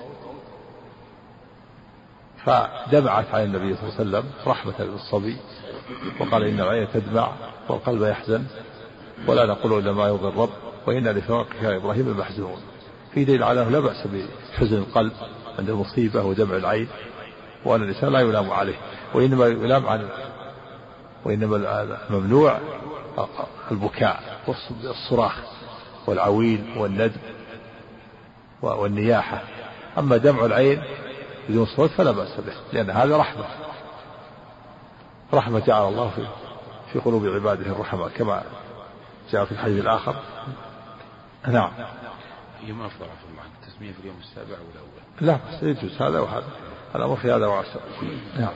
فدمعت عين النبي صلى الله عليه وسلم رحمة بالصبي، وقال إن العين تدمع والقلب يحزن ولا نقول إلا ما يرضي الرب وإنا لفراقك يا إبراهيم المحزونون. في دليل على لا بأس بحزن القلب عند المصيبة ودمع العين، وأن الإنسان لا يلام عليه، وإنما يلام وإنما الممنوع البكاء والصراخ والعويل والندب والنياحة. أما دمع العين بدون صوت فلا بأس به، لأن هذا رحمة جعل الله في قلوب عباده الرحمة كما جاء في الحديث الآخر. نعم. يوم أفضل عفوا الله التسمية في اليوم السابع والأول. لا بس يجوز هذا وهذا، الأمر في هذا وعسر. نعم.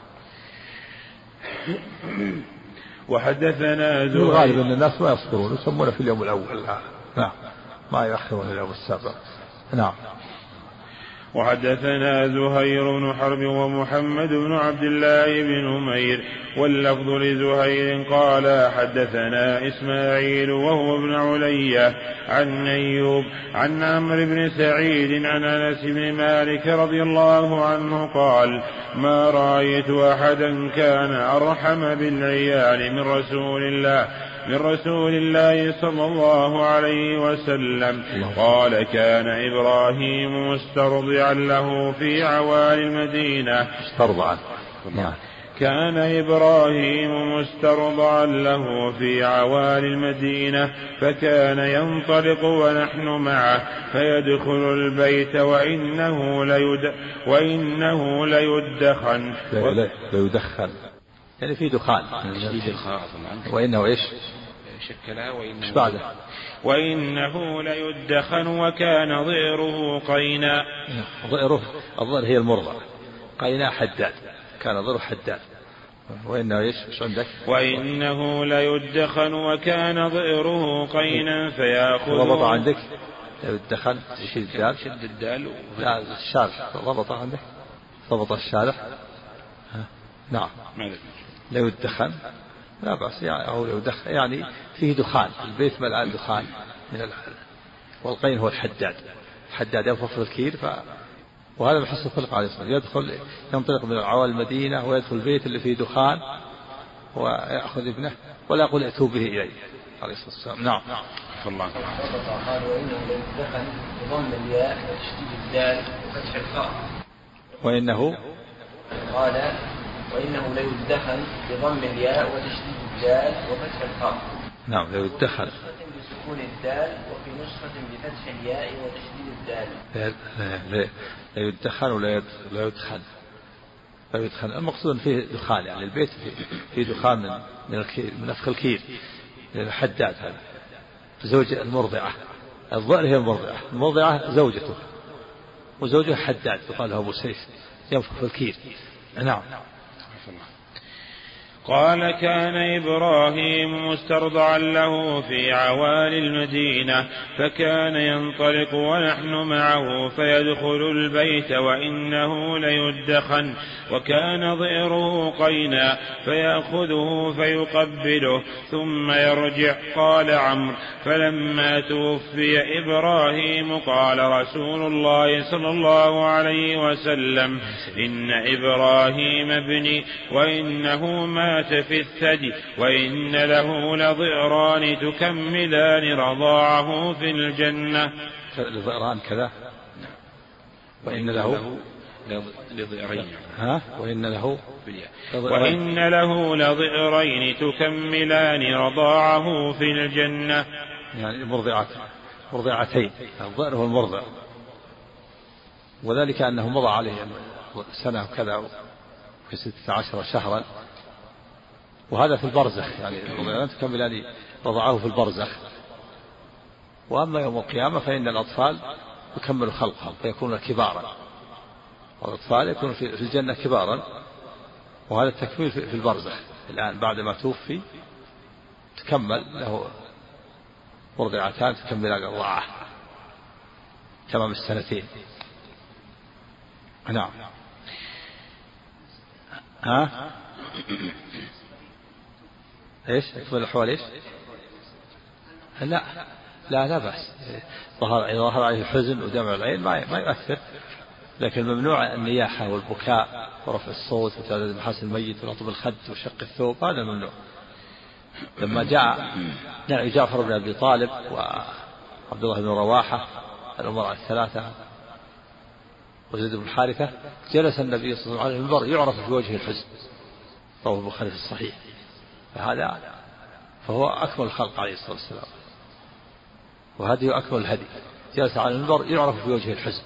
وحدثنا زهير. الغالب أن الناس ما يصبرون يسمون في اليوم الأول. نعم. ما يأخرون اليوم السابع. نعم. وحدثنا زهير بن حرب ومحمد بن عبد الله بن نمير واللفظ لزهير قال حدثنا إسماعيل وهو ابن علية عن أيوب عن عمرو بن سعيد عن أنس بن مالك رضي الله عنه قال ما رأيت أحدا كان أرحم بالعيال من رسول الله صلى الله عليه وسلم. قال كان إبراهيم مسترضعا له في عوالي المدينة. كان إبراهيم مسترضعا له في عوالي المدينة فكان ينطلق ونحن معه فيدخل البيت وإنه ليدخن يعني في دخان وإنه إيش شكلها وإنه ليدخن وكان ضئره قينا. الضئر هي المرضى، قينا حداد، كان ضئر حداد. وإنه إيش عندك؟ وإنه ليدخن وكان ضئره قينا فيأخذ. ربط عندك يدخن يشيل الدال. شد الدال. لا الشارح ربط عندك، ربط الشارح نعم. لا يدخن لا بأس يعني، أو يدخن يعني فيه دخان، البيت ملآن دخان من والقين هو الحداد ينفخ في الكير وهذا من حسن الخلق عليه الصلاة والسلام، ينطلق من عوالي المدينة ويدخل البيت اللي فيه دخان ويأخذ ابنه ولا يقول ائتوا به إليه عليه الصلاة والسلام. نعم. الله. قال وإنه ليدخن بضم الياء وتشديد الدال وفتح الخاء. وإنه قال وإنه ليدخن بضم الياء وتشديد الدال وفتح الخاء. نعم ليدخن بسكون الدال وفي نسخة بفتح الياء وتشديد الدال. لا يدخن ولا يدخن. المقصود فيه دخان يعني البيت فيه دخان من نفخ الكير الحداد هذا زوج المرضعة. الضأن هي المرضعة زوجته وزوجها حداد يقال له أبو سيف ينفخ في الكير. نعم. قال كان إبراهيم مسترضعا له في عوالي المدينة فكان ينطلق ونحن معه فيدخل البيت وإنه ليدخن وكان ضئره قينا فيأخذه فيقبله ثم يرجع. قال عمرو فلما توفي إبراهيم قال رسول الله صلى الله عليه وسلم إن إبراهيم ابني وإنه مات في الثدي وإن له لضئران تكملان رضاعه في الجنة. لضئران كذا وإن له لضئرين وإن له لضئرين تكملان رضاعه في الجنة يعني مرضعتين. الضئر هو المرضع وذلك أنه مضى عليه سنة وكذا في 16 شهرا وهذا في البرزخ يعني الرضيعان تكملان رضعه في البرزخ. وأما يوم القيامة فإن الأطفال يكمل خلقهم فيكونون كبارا والأطفال يكونون في الجنة كبارا وهذا التكميل في البرزخ. الآن بعد ما توفي تكمل له مرضعتان تكملان الرضاعة تمام السنتين. نعم. ايش تكمل الأحوال ايش؟ لا بأس. إذا ظهر عليه الحزن ودمع العين ما يؤثر، لكن ممنوع النياحة والبكاء ورفع الصوت وتعداد محاسن الميت ونطب الخد وشق الثوب، هذا ممنوع. لما جاء جعفر بن أبي طالب وعبد الله بن رواحة الأمراء الثلاثة وزيد بن حارثة جلس النبي صلى الله عليه وسلم على المنبر يعرف في وجهه الحزن، رواه البخاري في الصحيح. فهو أكمل الخلق عليه الصلاة والسلام وهذه أكمل الهدي، جلس على المنبر يعرف في وجهه الحزن.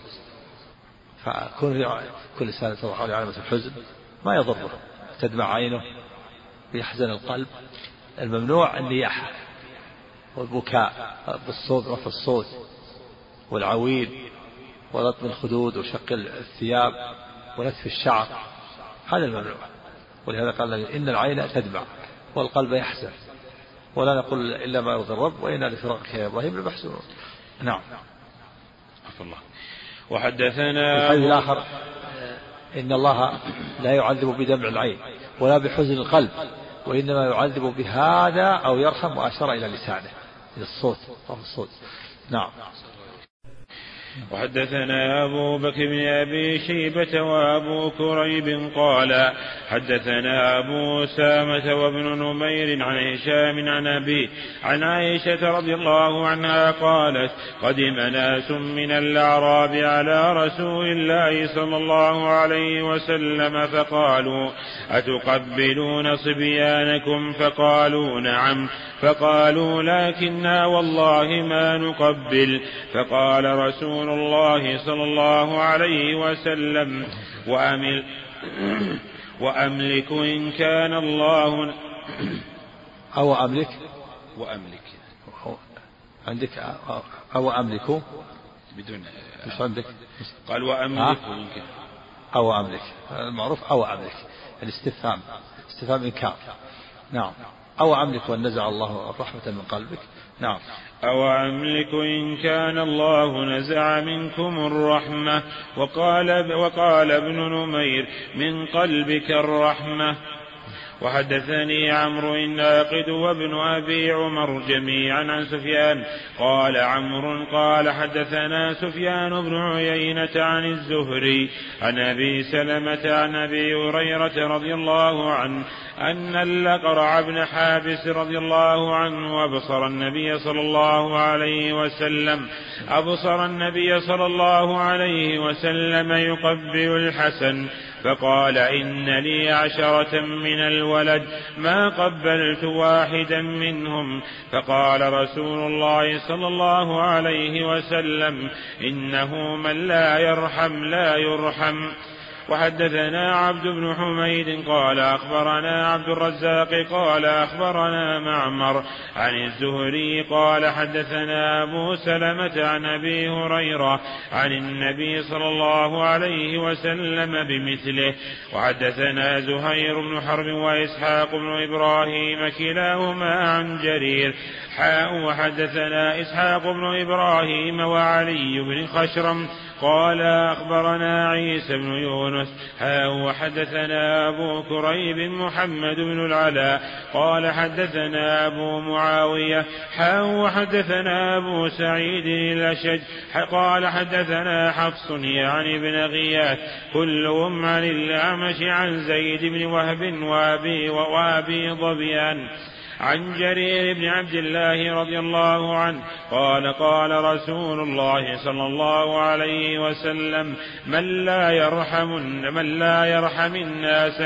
كل سنة تضع عليه علامة الحزن ما يضره، تدمع عينه ويحزن القلب. الممنوع النياحة والبكاء بالصوت، رفع الصوت والعويل ولطم الخدود وشق الثياب ونتف الشعر، هذا الممنوع. ولهذا قال إن العين تدمع والقلب يحزن ولا نقول إلا ما يرضي الرب وإنا لفراقك يا إبراهيم لمحزونون. نعم. الله. وحدثنا الحديث الآخر إن الله لا يعذب بدمع العين ولا بحزن القلب وإنما يعذب بهذا أو يرحم، وأشار إلى لسانه إلى الصوت، رفع الصوت. نعم. وحدثنا أبو بكر بن أبي شيبة وأبو كريب قال حدثنا أبو أسامة وابن نمير عن هشام عن أبيه عن عائشة رضي الله عنها قالت قدم ناس من الأعراب على رسول الله صلى الله عليه وسلم فقالوا أتقبلون صبيانكم؟ فقالوا نعم. فقالوا لكننا والله ما نقبل. فقال رسول الله صلى الله عليه وسلم وأملك إن كان الله أو أملك عندك أو أملك بدون مش عندك قال وأملك أو أملك المعروف أو أملك الاستفهام استفهام إنكار. نعم. أو أملك وأن نزع الله الرحمة من قلبك نعم. أو أملك إن كان الله نزع منكم الرحمة. وقال ابن نمير من قلبك الرحمة. وحدثني عمرو الناقد وابن أبي عمر جميعا عن سفيان قال عمرو قال حدثنا سفيان بن عيينة عن الزهري عن أبي سلمة عن أبي هريرة رضي الله عنه أن الأقرع بن حابس رضي الله عنه أبصر النبي صلى الله عليه وسلم يقبل الحسن فقال إن لي 10 من الولد ما قبلت واحدا منهم. فقال رسول الله صلى الله عليه وسلم إنه من لا يرحم لا يرحم. وحدثنا عبد بن حميد قال أخبرنا عبد الرزاق قال أخبرنا معمر عن الزهري قال حدثنا أبو سلمة عن أبي هريرة عن النبي صلى الله عليه وسلم بمثله. وحدثنا زهير بن حرب وإسحاق بن إبراهيم كلاهما عن جرير وحدثنا إسحاق بن إبراهيم وعلي بن خشرم قال أخبرنا عيسى بن يونس وحدثنا أبو كريب محمد بن العلاء قال حدثنا أبو معاوية وحدثنا أبو سعيد الأشج قال حدثنا حفص يعني بن غياث كلهم عن الأعمش عن زيد بن وهب وأبي ظبيان عن جرير بن عبد الله رضي الله عنه قال قال رسول الله صلى الله عليه وسلم من لا يرحم الناس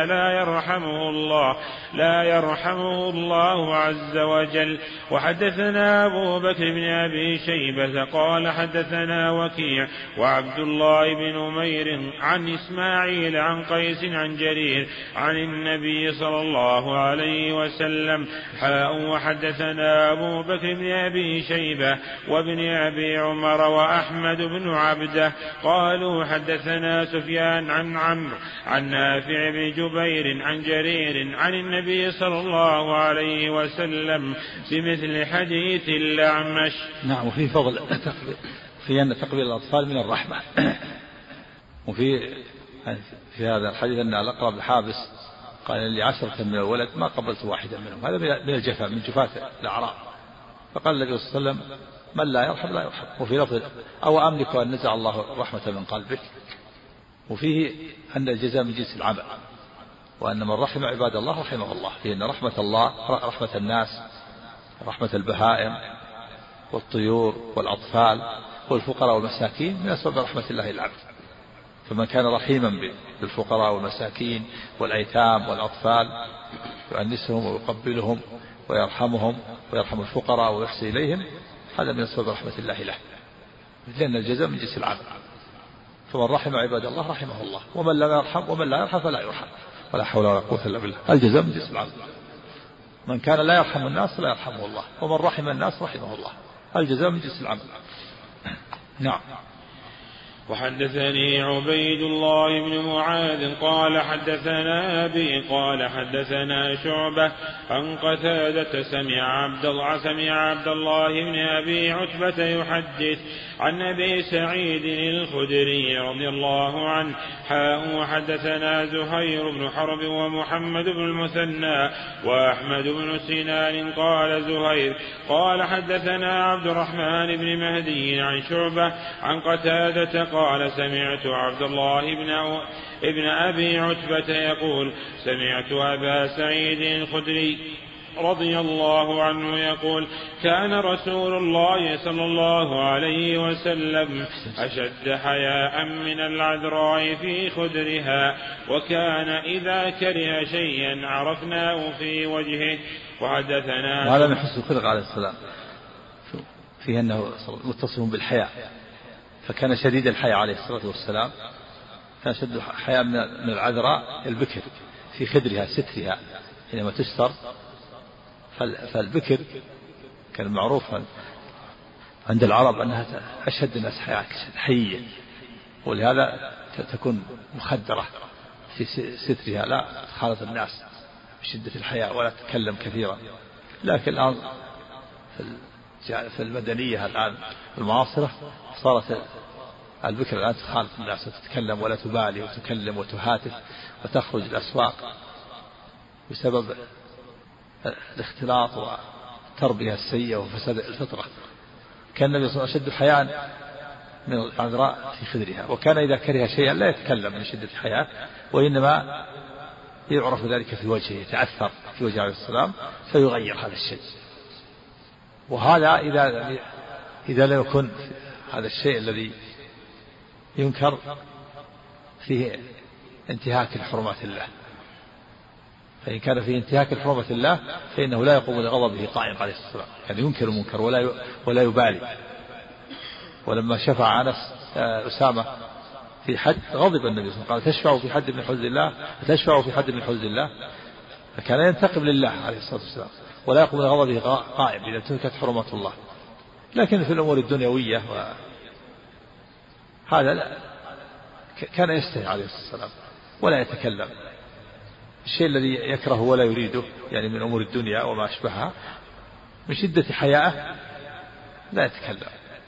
لا يرحمه الله عز وجل. وحدثنا أبو بكر بن أبي شيبة قال حدثنا وكيع وعبد الله بن نمير عن إسماعيل عن قيس عن جرير عن النبي صلى الله عليه وسلم وحدثنا أبو بكر بن أبي شيبة وابن أبي عمر وأحمد بن عبده قالوا حدثنا سفيان عن عمرو عن نافع بن جبير عن جرير عن النبي صلى الله عليه وسلم بمثل حديث الأعمش. نعم. وفي فضل في أن تقبيل الأطفال من الرحمة. وفي هذا الحديث أن الأقرع بن حابس قال لي 10 من الولد ما قبلت واحدا منهم. هذا من الجفاء من جفاة الأعراب. فقال النبي صلى الله عليه وسلم من لا يرحم لا يرحم. وفي لفظ أو أملك أن نزع الله الرحمة من قلبك. وفيه أن الجزاء من جنس العمل وأن من رحم عباد الله رحمه الله. لأن رحمة الله رحمة الناس رحمة البهائم والطيور والأطفال والفقراء والمساكين من أسباب رحمة الله العبد. فمن كان رحيما بالفقراء والمساكين والأيتام والأطفال يؤنسهم ويقبلهم ويرحمهم ويرحم الفقراء ويحسن إليهم هذا من أسباب رحمة الله له. لأن الجزاء من جنس العمل. فمن رحم عباد الله رحمه الله ومن لا يرحم فلا يرحم. ولا حول ولا قوة إلا بالله. الجزاء من جنس العمل. من كان لا يرحم الناس لا يرحمه الله ومن رحم الناس رحمه الله. الجزاء من جنس العمل. نعم. وحدثني عبيد الله بن معاذ قال حدثنا أبي قال حدثنا شعبة عن قتادة سمع عبد الله بن أبي عتبة يحدث عن أبي سعيد الخدري رضي الله عنه وحدثنا زهير بن حرب ومحمد بن المثنى وأحمد بن سنان قال زهير قال حدثنا عبد الرحمن بن مهدي عن شعبة عن قتادة قال سمعت عبد الله ابن أبي عتبة يقول سمعت أبا سعيد الخدري رضي الله عنه يقول كان رسول الله صلى الله عليه وسلم أشد حياء من العذراء في خدرها وكان إذا كره شيئا عرفناه في وجهه. وحدثنا هذا من حسن الخلق عليه السلام فيه أنه متصف بالحياء فكان شديد الحياء عليه الصلاة والسلام. كان شد حياء من العذراء البكر في خدرها سترها حينما تستر. فالبكر كان معروفا عند العرب أنها أشد الناس حياء حية ولهذا تكون مخدرة في سترها لا تخالط الناس بشدة الحياء ولا تتكلم كثيرا. لكن الآن في المدنية الآن المعاصرة صارت البكر الآن تخالف الناس وتتكلم ولا تبالي وتكلم وتهاتف وتخرج الأسواق بسبب الاختلاط والتربية السيئة وفساد الفطرة. كان النبي صلى الله عليه وسلم أشد حياء من العذراء في خدرها، وكان إذا كره شيئا لا يتكلم من شدة حياء، وإنما يعرف ذلك في وجهه، يتعثر في وجه عليه السلام فيغير هذا الشيء. وهذا إذا لم يكن هذا الشيء الذي ينكر فيه انتهاك لحرمات الله، فإن كان فيه انتهاك لحرمة الله فإنه لا يقوم لغضبه قائم عليه السلام، كان ينكر المنكر ولا يبالي. ولما شفع أنس أسامة في حد غضب النبي صلى الله عليه وسلم، قال تشفع في حد من حدود الله تشفع في حد من حدود الله، فكان ينتقم لله عليه الصلاة والسلام ولا يقوم لغضبه قائم إذا انتهكت حرمة الله. لكن في الأمور الدنيوية هذا كان يستحي عليه الصلاة والسلام ولا يتكلم. الشيء الذي يكره ولا يريده يعني من أمور الدنيا وما أشبهها من شدة حياءه لا يتكلم،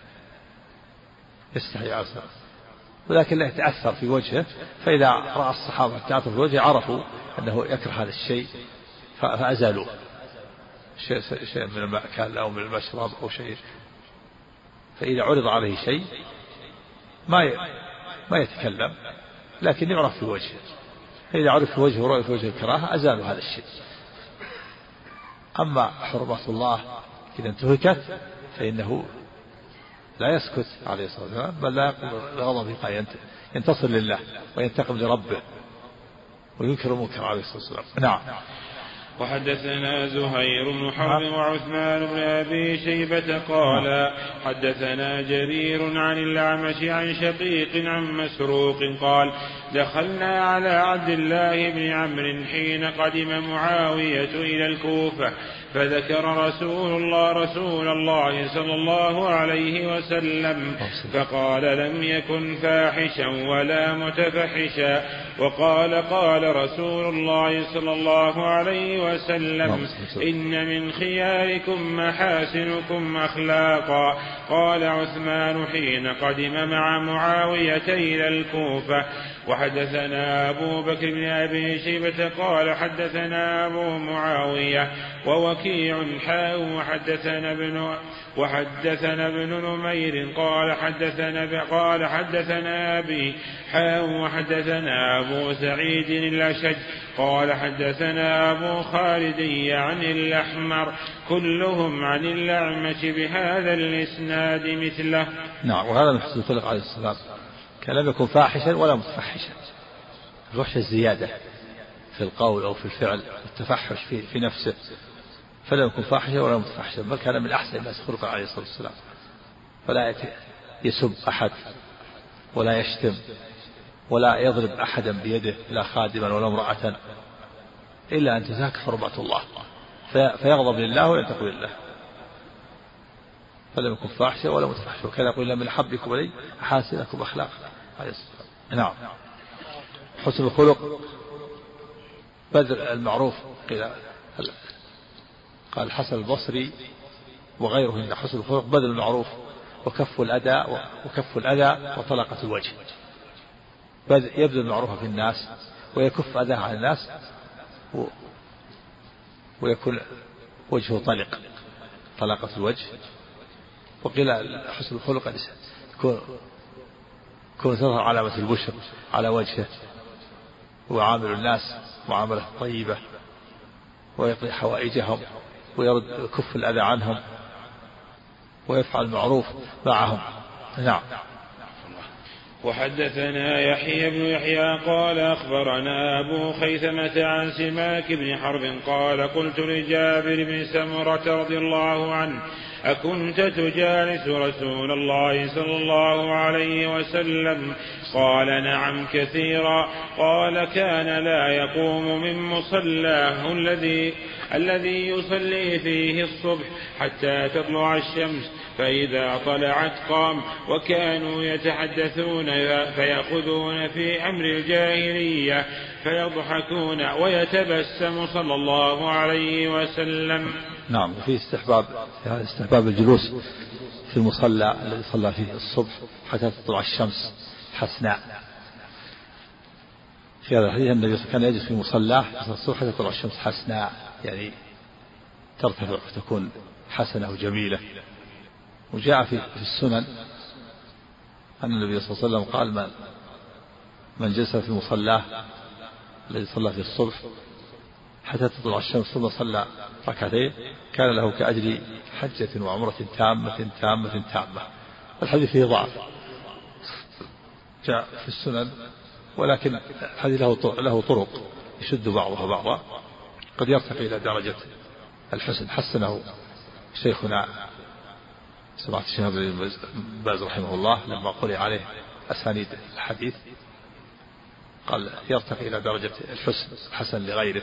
يستحي عليه الصلاة والسلام، ولكن لا يتأثر في وجهه. فإذا رأى الصحابة التعاطف في وجهه عرفوا أنه يكره هذا الشيء فأزالوه، شيء من المأكل أو من المشرب أو شيء. فإذا عرض عليه شيء ما يتكلم لكن يعرف في وجهه، فإذا عرف في وجهه ورأي في وجه الكراهة أزالوا هذا الشيء. أما حرمة الله إذا انتهكت فإنه لا يسكت عليه الصلاة والسلام، بل لا يقوم لغضبه، ينتصر لله وينتقم لربه وينكر المنكر عليه الصلاة والسلام. نعم. وحدثنا زهير بن حرب وعثمان بن أبي شيبة قال حدثنا جرير عن الأعمش عن شقيق عن مسروق قال دخلنا على عبد الله بن عمرو حين قدم معاوية إلى الكوفة فذكر رسول الله صلى الله عليه وسلم فقال لم يكن فاحشا ولا متفحشا، وقال قال رسول الله صلى الله عليه وسلم إن من خياركم محاسنكم أخلاقا. قال عثمان حين قدم مع معاوية إلى الكوفة. وحدثنا أبو بكر بن أبي شيبة قال حدثنا أبو معاوية ووكيع وحدثنا ابن نمير قال حدثنا أبي وحدثنا أبو سعيد الأشج قال حدثنا أبو خالد عن الأحمر كلهم عن الأعمش بهذا الإسناد مثله. نعم. وهذا من حسن الخلق عليه السلام، كان لم يكن فاحشا ولا متفحشا، الفحش الزيادة في القول أو في الفعل، التفحش في نفسه، فلم يكن فاحشا ولا متفحشا، بل كان من أحسن الناس خلقا عليه الصلاة والسلام، فلا يسب أحد ولا يشتم ولا يضرب أحدا بيده لا خادما ولا امرأة إلا أن تنتهك حرمة الله فيغضب لله وينتقم لله، فلم يكن فاحشا ولا متفحشا، وكان يقول من أحبكم إلي أحاسنكم أخلاقا عليه الصلاة والسلام. نعم. حسن الخلق بذل المعروف، قال الحسن البصري وغيره إن حسن الخلق بذل المعروف وكف الأذى وطلقة الوجه، يبذل المعروف في الناس ويكف أذاه عن الناس ويكون وجهه طلقة الوجه. وقيل حسن الخلق يكون تظهر علامة البشر على وجهه، ويعامل الناس معاملة طيبة ويقضي حوائجهم ويرد كف الأذى عنهم ويفعل المعروف معهم. نعم. وحدثنا يحيى بن يحيى قال أخبرنا أبو خيثمة عن سماك بن حرب قال قلت لجابر بن سمرة رضي الله عنه أكنت تجالس رسول الله صلى الله عليه وسلم؟ قال نعم كثيرا. قال كان لا يقوم من مصلاه الذي يصلي فيه الصبح حتى تطلع الشمس، فإذا طلعت قام، وكانوا يتحدثون فيأخذون في أمر الجاهلية فيضحكون ويتبسم صلى الله عليه وسلم. نعم. وفي استحباب الجلوس في المصلى الذي صلى فيه الصبح حتى تطلع الشمس حسناء. في هذا الحديث النبي كان يجلس في مصلاه الصبح حتى تطلع الشمس حسناء، يعني ترتفع وتكون حسنة وجميلة. وجاء في السنن أن النبي صلى الله عليه وسلم قال من جلس في مصلاه الذي صلى في الصبح حتى تطلع الشمس ثم صلى ركعتين كان له كأجر حجة وعمرة تامة تامة تامة. الحديث فيه ضعف جاء في السنن، ولكن الحديث له طرق يشد بعضها بعضا، قد يرتقي إلى درجة الحسن. حسنه شيخنا سمعت الشيخ ابن باز رحمه الله لما قرئ عليه أسانيد الحديث قال يرتقي إلى درجة الحسن لغيره.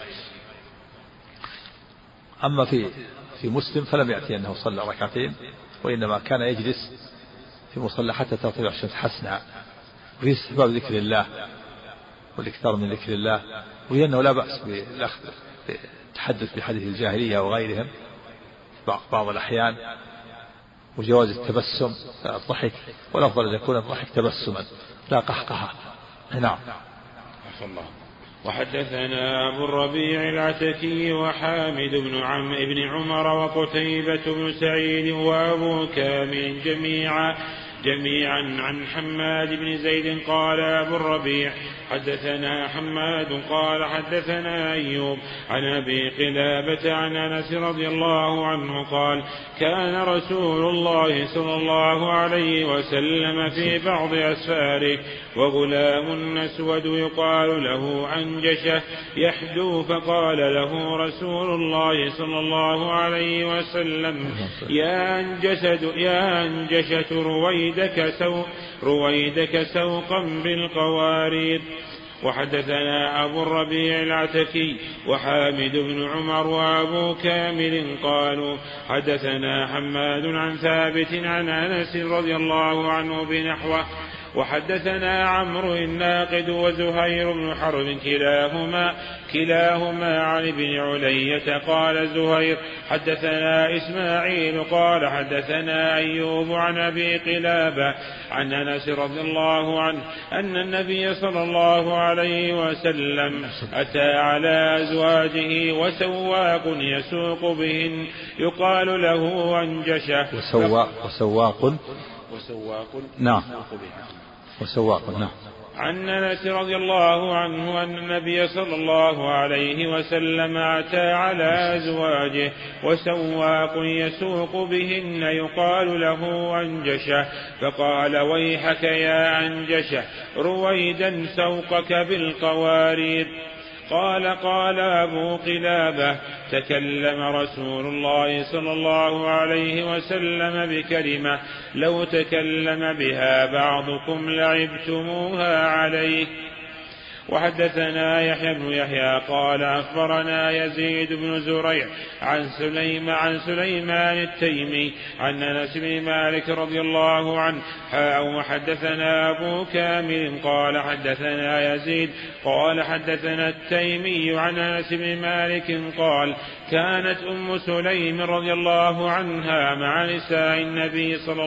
أما في مسلم فلم يأتي أنه صلى ركعتين، وإنما كان يجلس في مصلى حتى ترتفع الشمس حسنا. وفي استحباب ذكر الله والاكثار من ذكر الله، وأنه لا بأس بالتحدث بحديث الجاهلية وغيرهم بعض الأحيان، وجواز التبسم الضحك، والأفضل أن يكون الضحك تبسما لا قهقها. نعم. وحدثنا أبو الربيع العتكي وحامد بن عمر وقتيبة بن سعيد وأبو كامل جميعا عن حماد بن زيد. قال أبو الربيع حدثنا حماد قال حدثنا أيوب عن أبي قلابة عن أنس رضي الله عنه قال كان رسول الله صلى الله عليه وسلم في بعض أسفاره وغلام أسود يقال له أنجشة يحدو، فقال له رسول الله صلى الله عليه وسلم يا أنجشة رويدك سوقا بالقوارير. وحدثنا أبو الربيع العتكي وحامد بن عمر وأبو كامل قالوا حدثنا حماد عن ثابت عن أنس رضي الله عنه بنحوه. وحدثنا عمرو الناقد وزهير بن حرب كلاهما عن ابن علية. قال زهير حدثنا إسماعيل قال حدثنا أيوب عن أبي قلابة عن أنس رضي الله عنه أن النبي صلى الله عليه وسلم أتى على أزواجه وسواق يسوق بهن يقال له أنجشة. وسواق نعم. عن أنس رضي الله عنه أن النبي صلى الله عليه وسلم أتى على أزواجه وسواق يسوق بهن يقال له أنجشة، فقال ويحك يا أنجشة رويدا سوقك بالقوارير. قال أبو قلابة تكلم رسول الله صلى الله عليه وسلم بكلمة لو تكلم بها بعضكم لعبتموها عليه. وحدثنا يحيى بن يحيى قال أخبرنا يزيد بن زريع عن سليمان التيمي عن أنس بن مالك رضي الله عنه. وحدثنا أبو كامل قال حدثنا يزيد قال حدثنا التيمي عن أنس بن مالك قال كانت أم سليم رضي الله عنها مع نساء النبي صلى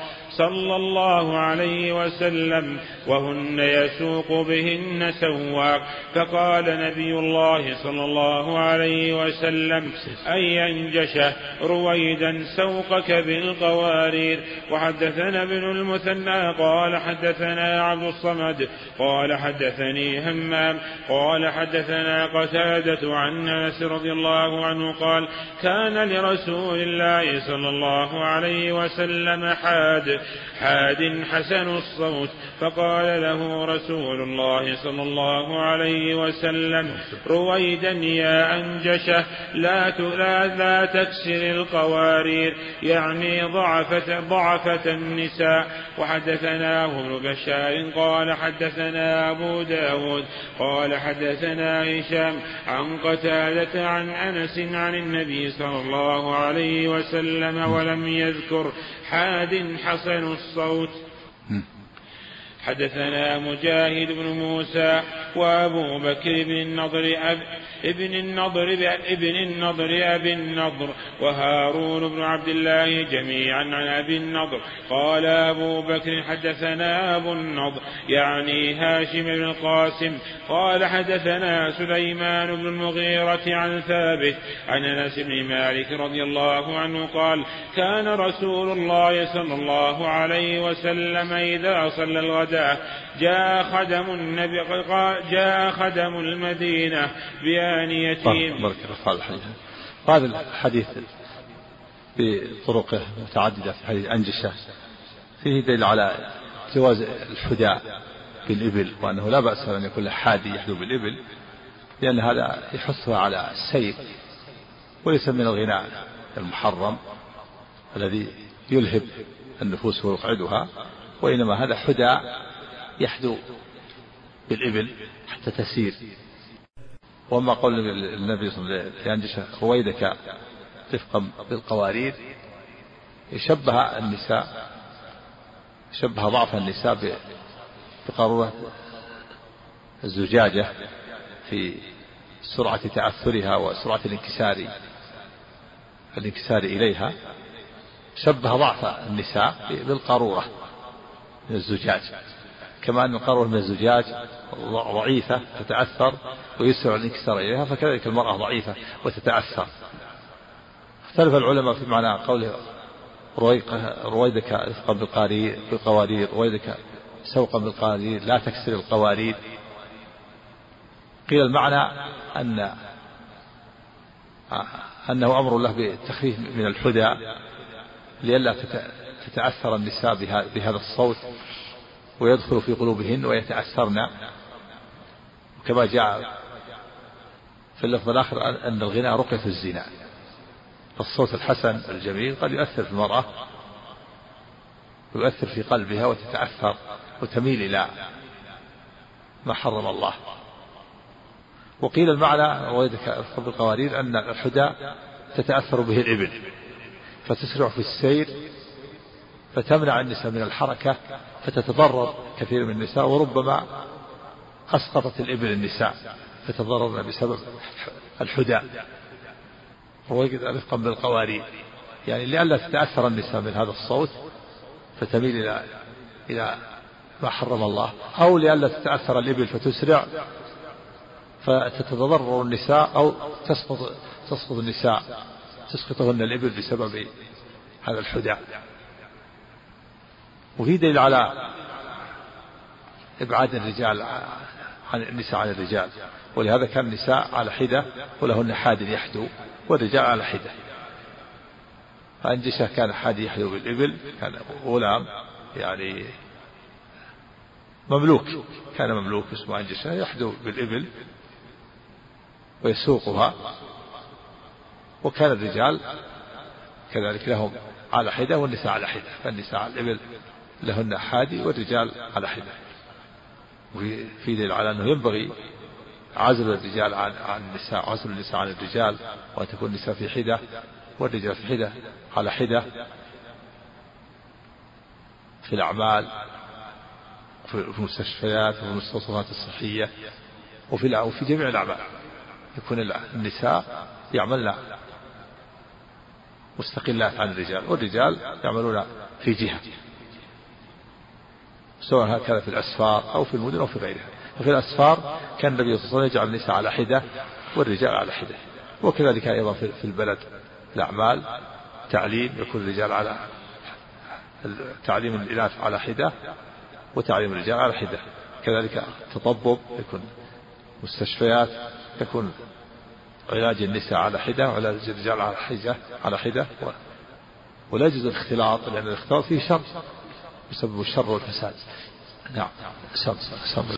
الله عليه وسلم وهن يسوق بهن سواق، فقال نبي الله صلى الله عليه وسلم أي أنجشة رويدا سوقك بالقوارير. وحدثنا ابن المثنى قال حدثنا عبد الصمد قال حدثني همام قال حدثنا قتادة عن أنس رضي الله عنه قال كان لرسول الله صلى الله عليه وسلم حاد حسن الصوت، فقال له رسول الله صلى الله عليه وسلم رويدا يا أنجشة لا تكسر القوارير، يعني ضعفة النساء. وحدثنا ابن بشار قال حدثنا أبو داود قال حدثنا هشام عن قتادة عن أنس عن النبي صلى الله عليه وسلم ولم يذكر حاد حسن الصوت. حدثنا مجاهد بن موسى وأبو بكر بن النضر أبي النضر وهارون بن عبد الله جميعا عن أبي النضر. قال أبو بكر حدثنا أبو النضر يعني هاشم بن القاسم قال حدثنا سليمان بن المغيرة عن ثابت عن أنس بن مالك رضي الله عنه قال كان رسول الله صلى الله عليه وسلم إذا صلى الغداء جاء خدم المدينة بآنيتهم. هذا الحديث بطرقه متعددة في حديث أنجشة فيه دليل على جواز الحداء بالإبل وأنه لا بأس أن يكون حادي يحدو بالإبل لأن هذا يحثها على السير وليس من الغناء المحرم الذي يلهب النفوس ويقعدها وإنما هذا حداء يحدو بالإبل حتى تسير. وما قول النبي صلى الله عليه وسلم لأنجشة رويدك رفقا بالقوارير شبه ضعف النساء بقارورة الزجاجة في سرعة تأثرها وسرعة الانكسار إليها. شبه ضعف النساء بالقارورة من الزجاج كما أن القارورة من الزجاج ضعيفة تتأثر ويسرع الانكسار إليها فكذلك المرأة ضعيفة وتتأثر. اختلف العلماء في معنى قوله رويدك رفقا بالقوارير رويدك سوقا بالقوارير لا تكسر القوارير. قيل المعنى أنه أمر الله بالتخفيف من الحدى لئلا تتأثر النساء بهذا الصوت ويدخل في قلوبهن ويتأثرن. وكما جاء في اللفظ الآخر أن الغناء رقية الزنا فالصوت الحسن الجميل قد يؤثر في المرأة ويؤثر في قلبها وتتأثر وتميل إلى ما حرم الله. وقيل المعنى رويدك بالقوارير أن الحدى تتأثر به الإبل فتسرع في السير فتمنع النساء من الحركة فتتضرر كثير من النساء وربما أسقطت الإبل النساء فتضررن بسبب الحدى. رويدك رفقا بالقوارير يعني لئلا تتأثر النساء من هذا الصوت فتميل إلى ما حرم الله أو لئلا تتأثر الإبل فتسرع فتتضرر النساء أو تسقط النساء تسقطهن الإبل بسبب هذا الحدى. وفي دليل على إبعاد الرجال عن النساء عن الرجال ولهذا كان النساء على حدة ولهن حاد يحدو والرجال على حدة. فأنجشة كان حاد يحدو بالإبل كان غلام يعني مملوك كان مملوك اسمه أنجشة يحدو بالإبل ويسوقها وكان الرجال كذلك لهم على حدة والنساء على حدة فالنساء على الإبل لهن حادي والرجال على حدة. وفي دليل على أنه ينبغي عزل الرجال عن النساء عزل النساء عن الرجال وأن تكون النساء في حدة والرجال في حدة على حدة في الأعمال في المستشفيات وفي المستوصفات الصحية وفي جميع الأعمال يكون النساء يعملن مستقلات عن الرجال والرجال يعملون في جهة سواء هكذا في الأسفار أو في المدن أو في غيرها. وفي الأسفار كان النبي صلى الله عليه وسلم يجعل النساء على حدة والرجال على حدة. وكذلك أيضا في البلد الأعمال تعليم يكون الرجال على تعليم الإناث على حدة وتعليم الرجال على حدة. كذلك تطبب يكون مستشفيات يكون علاج النساء على حدة وعلاج الرجال على حدة ولا يجوز الاختلاط لأن الاختلاط فيه شر يسبب الشر والفساد. نعم.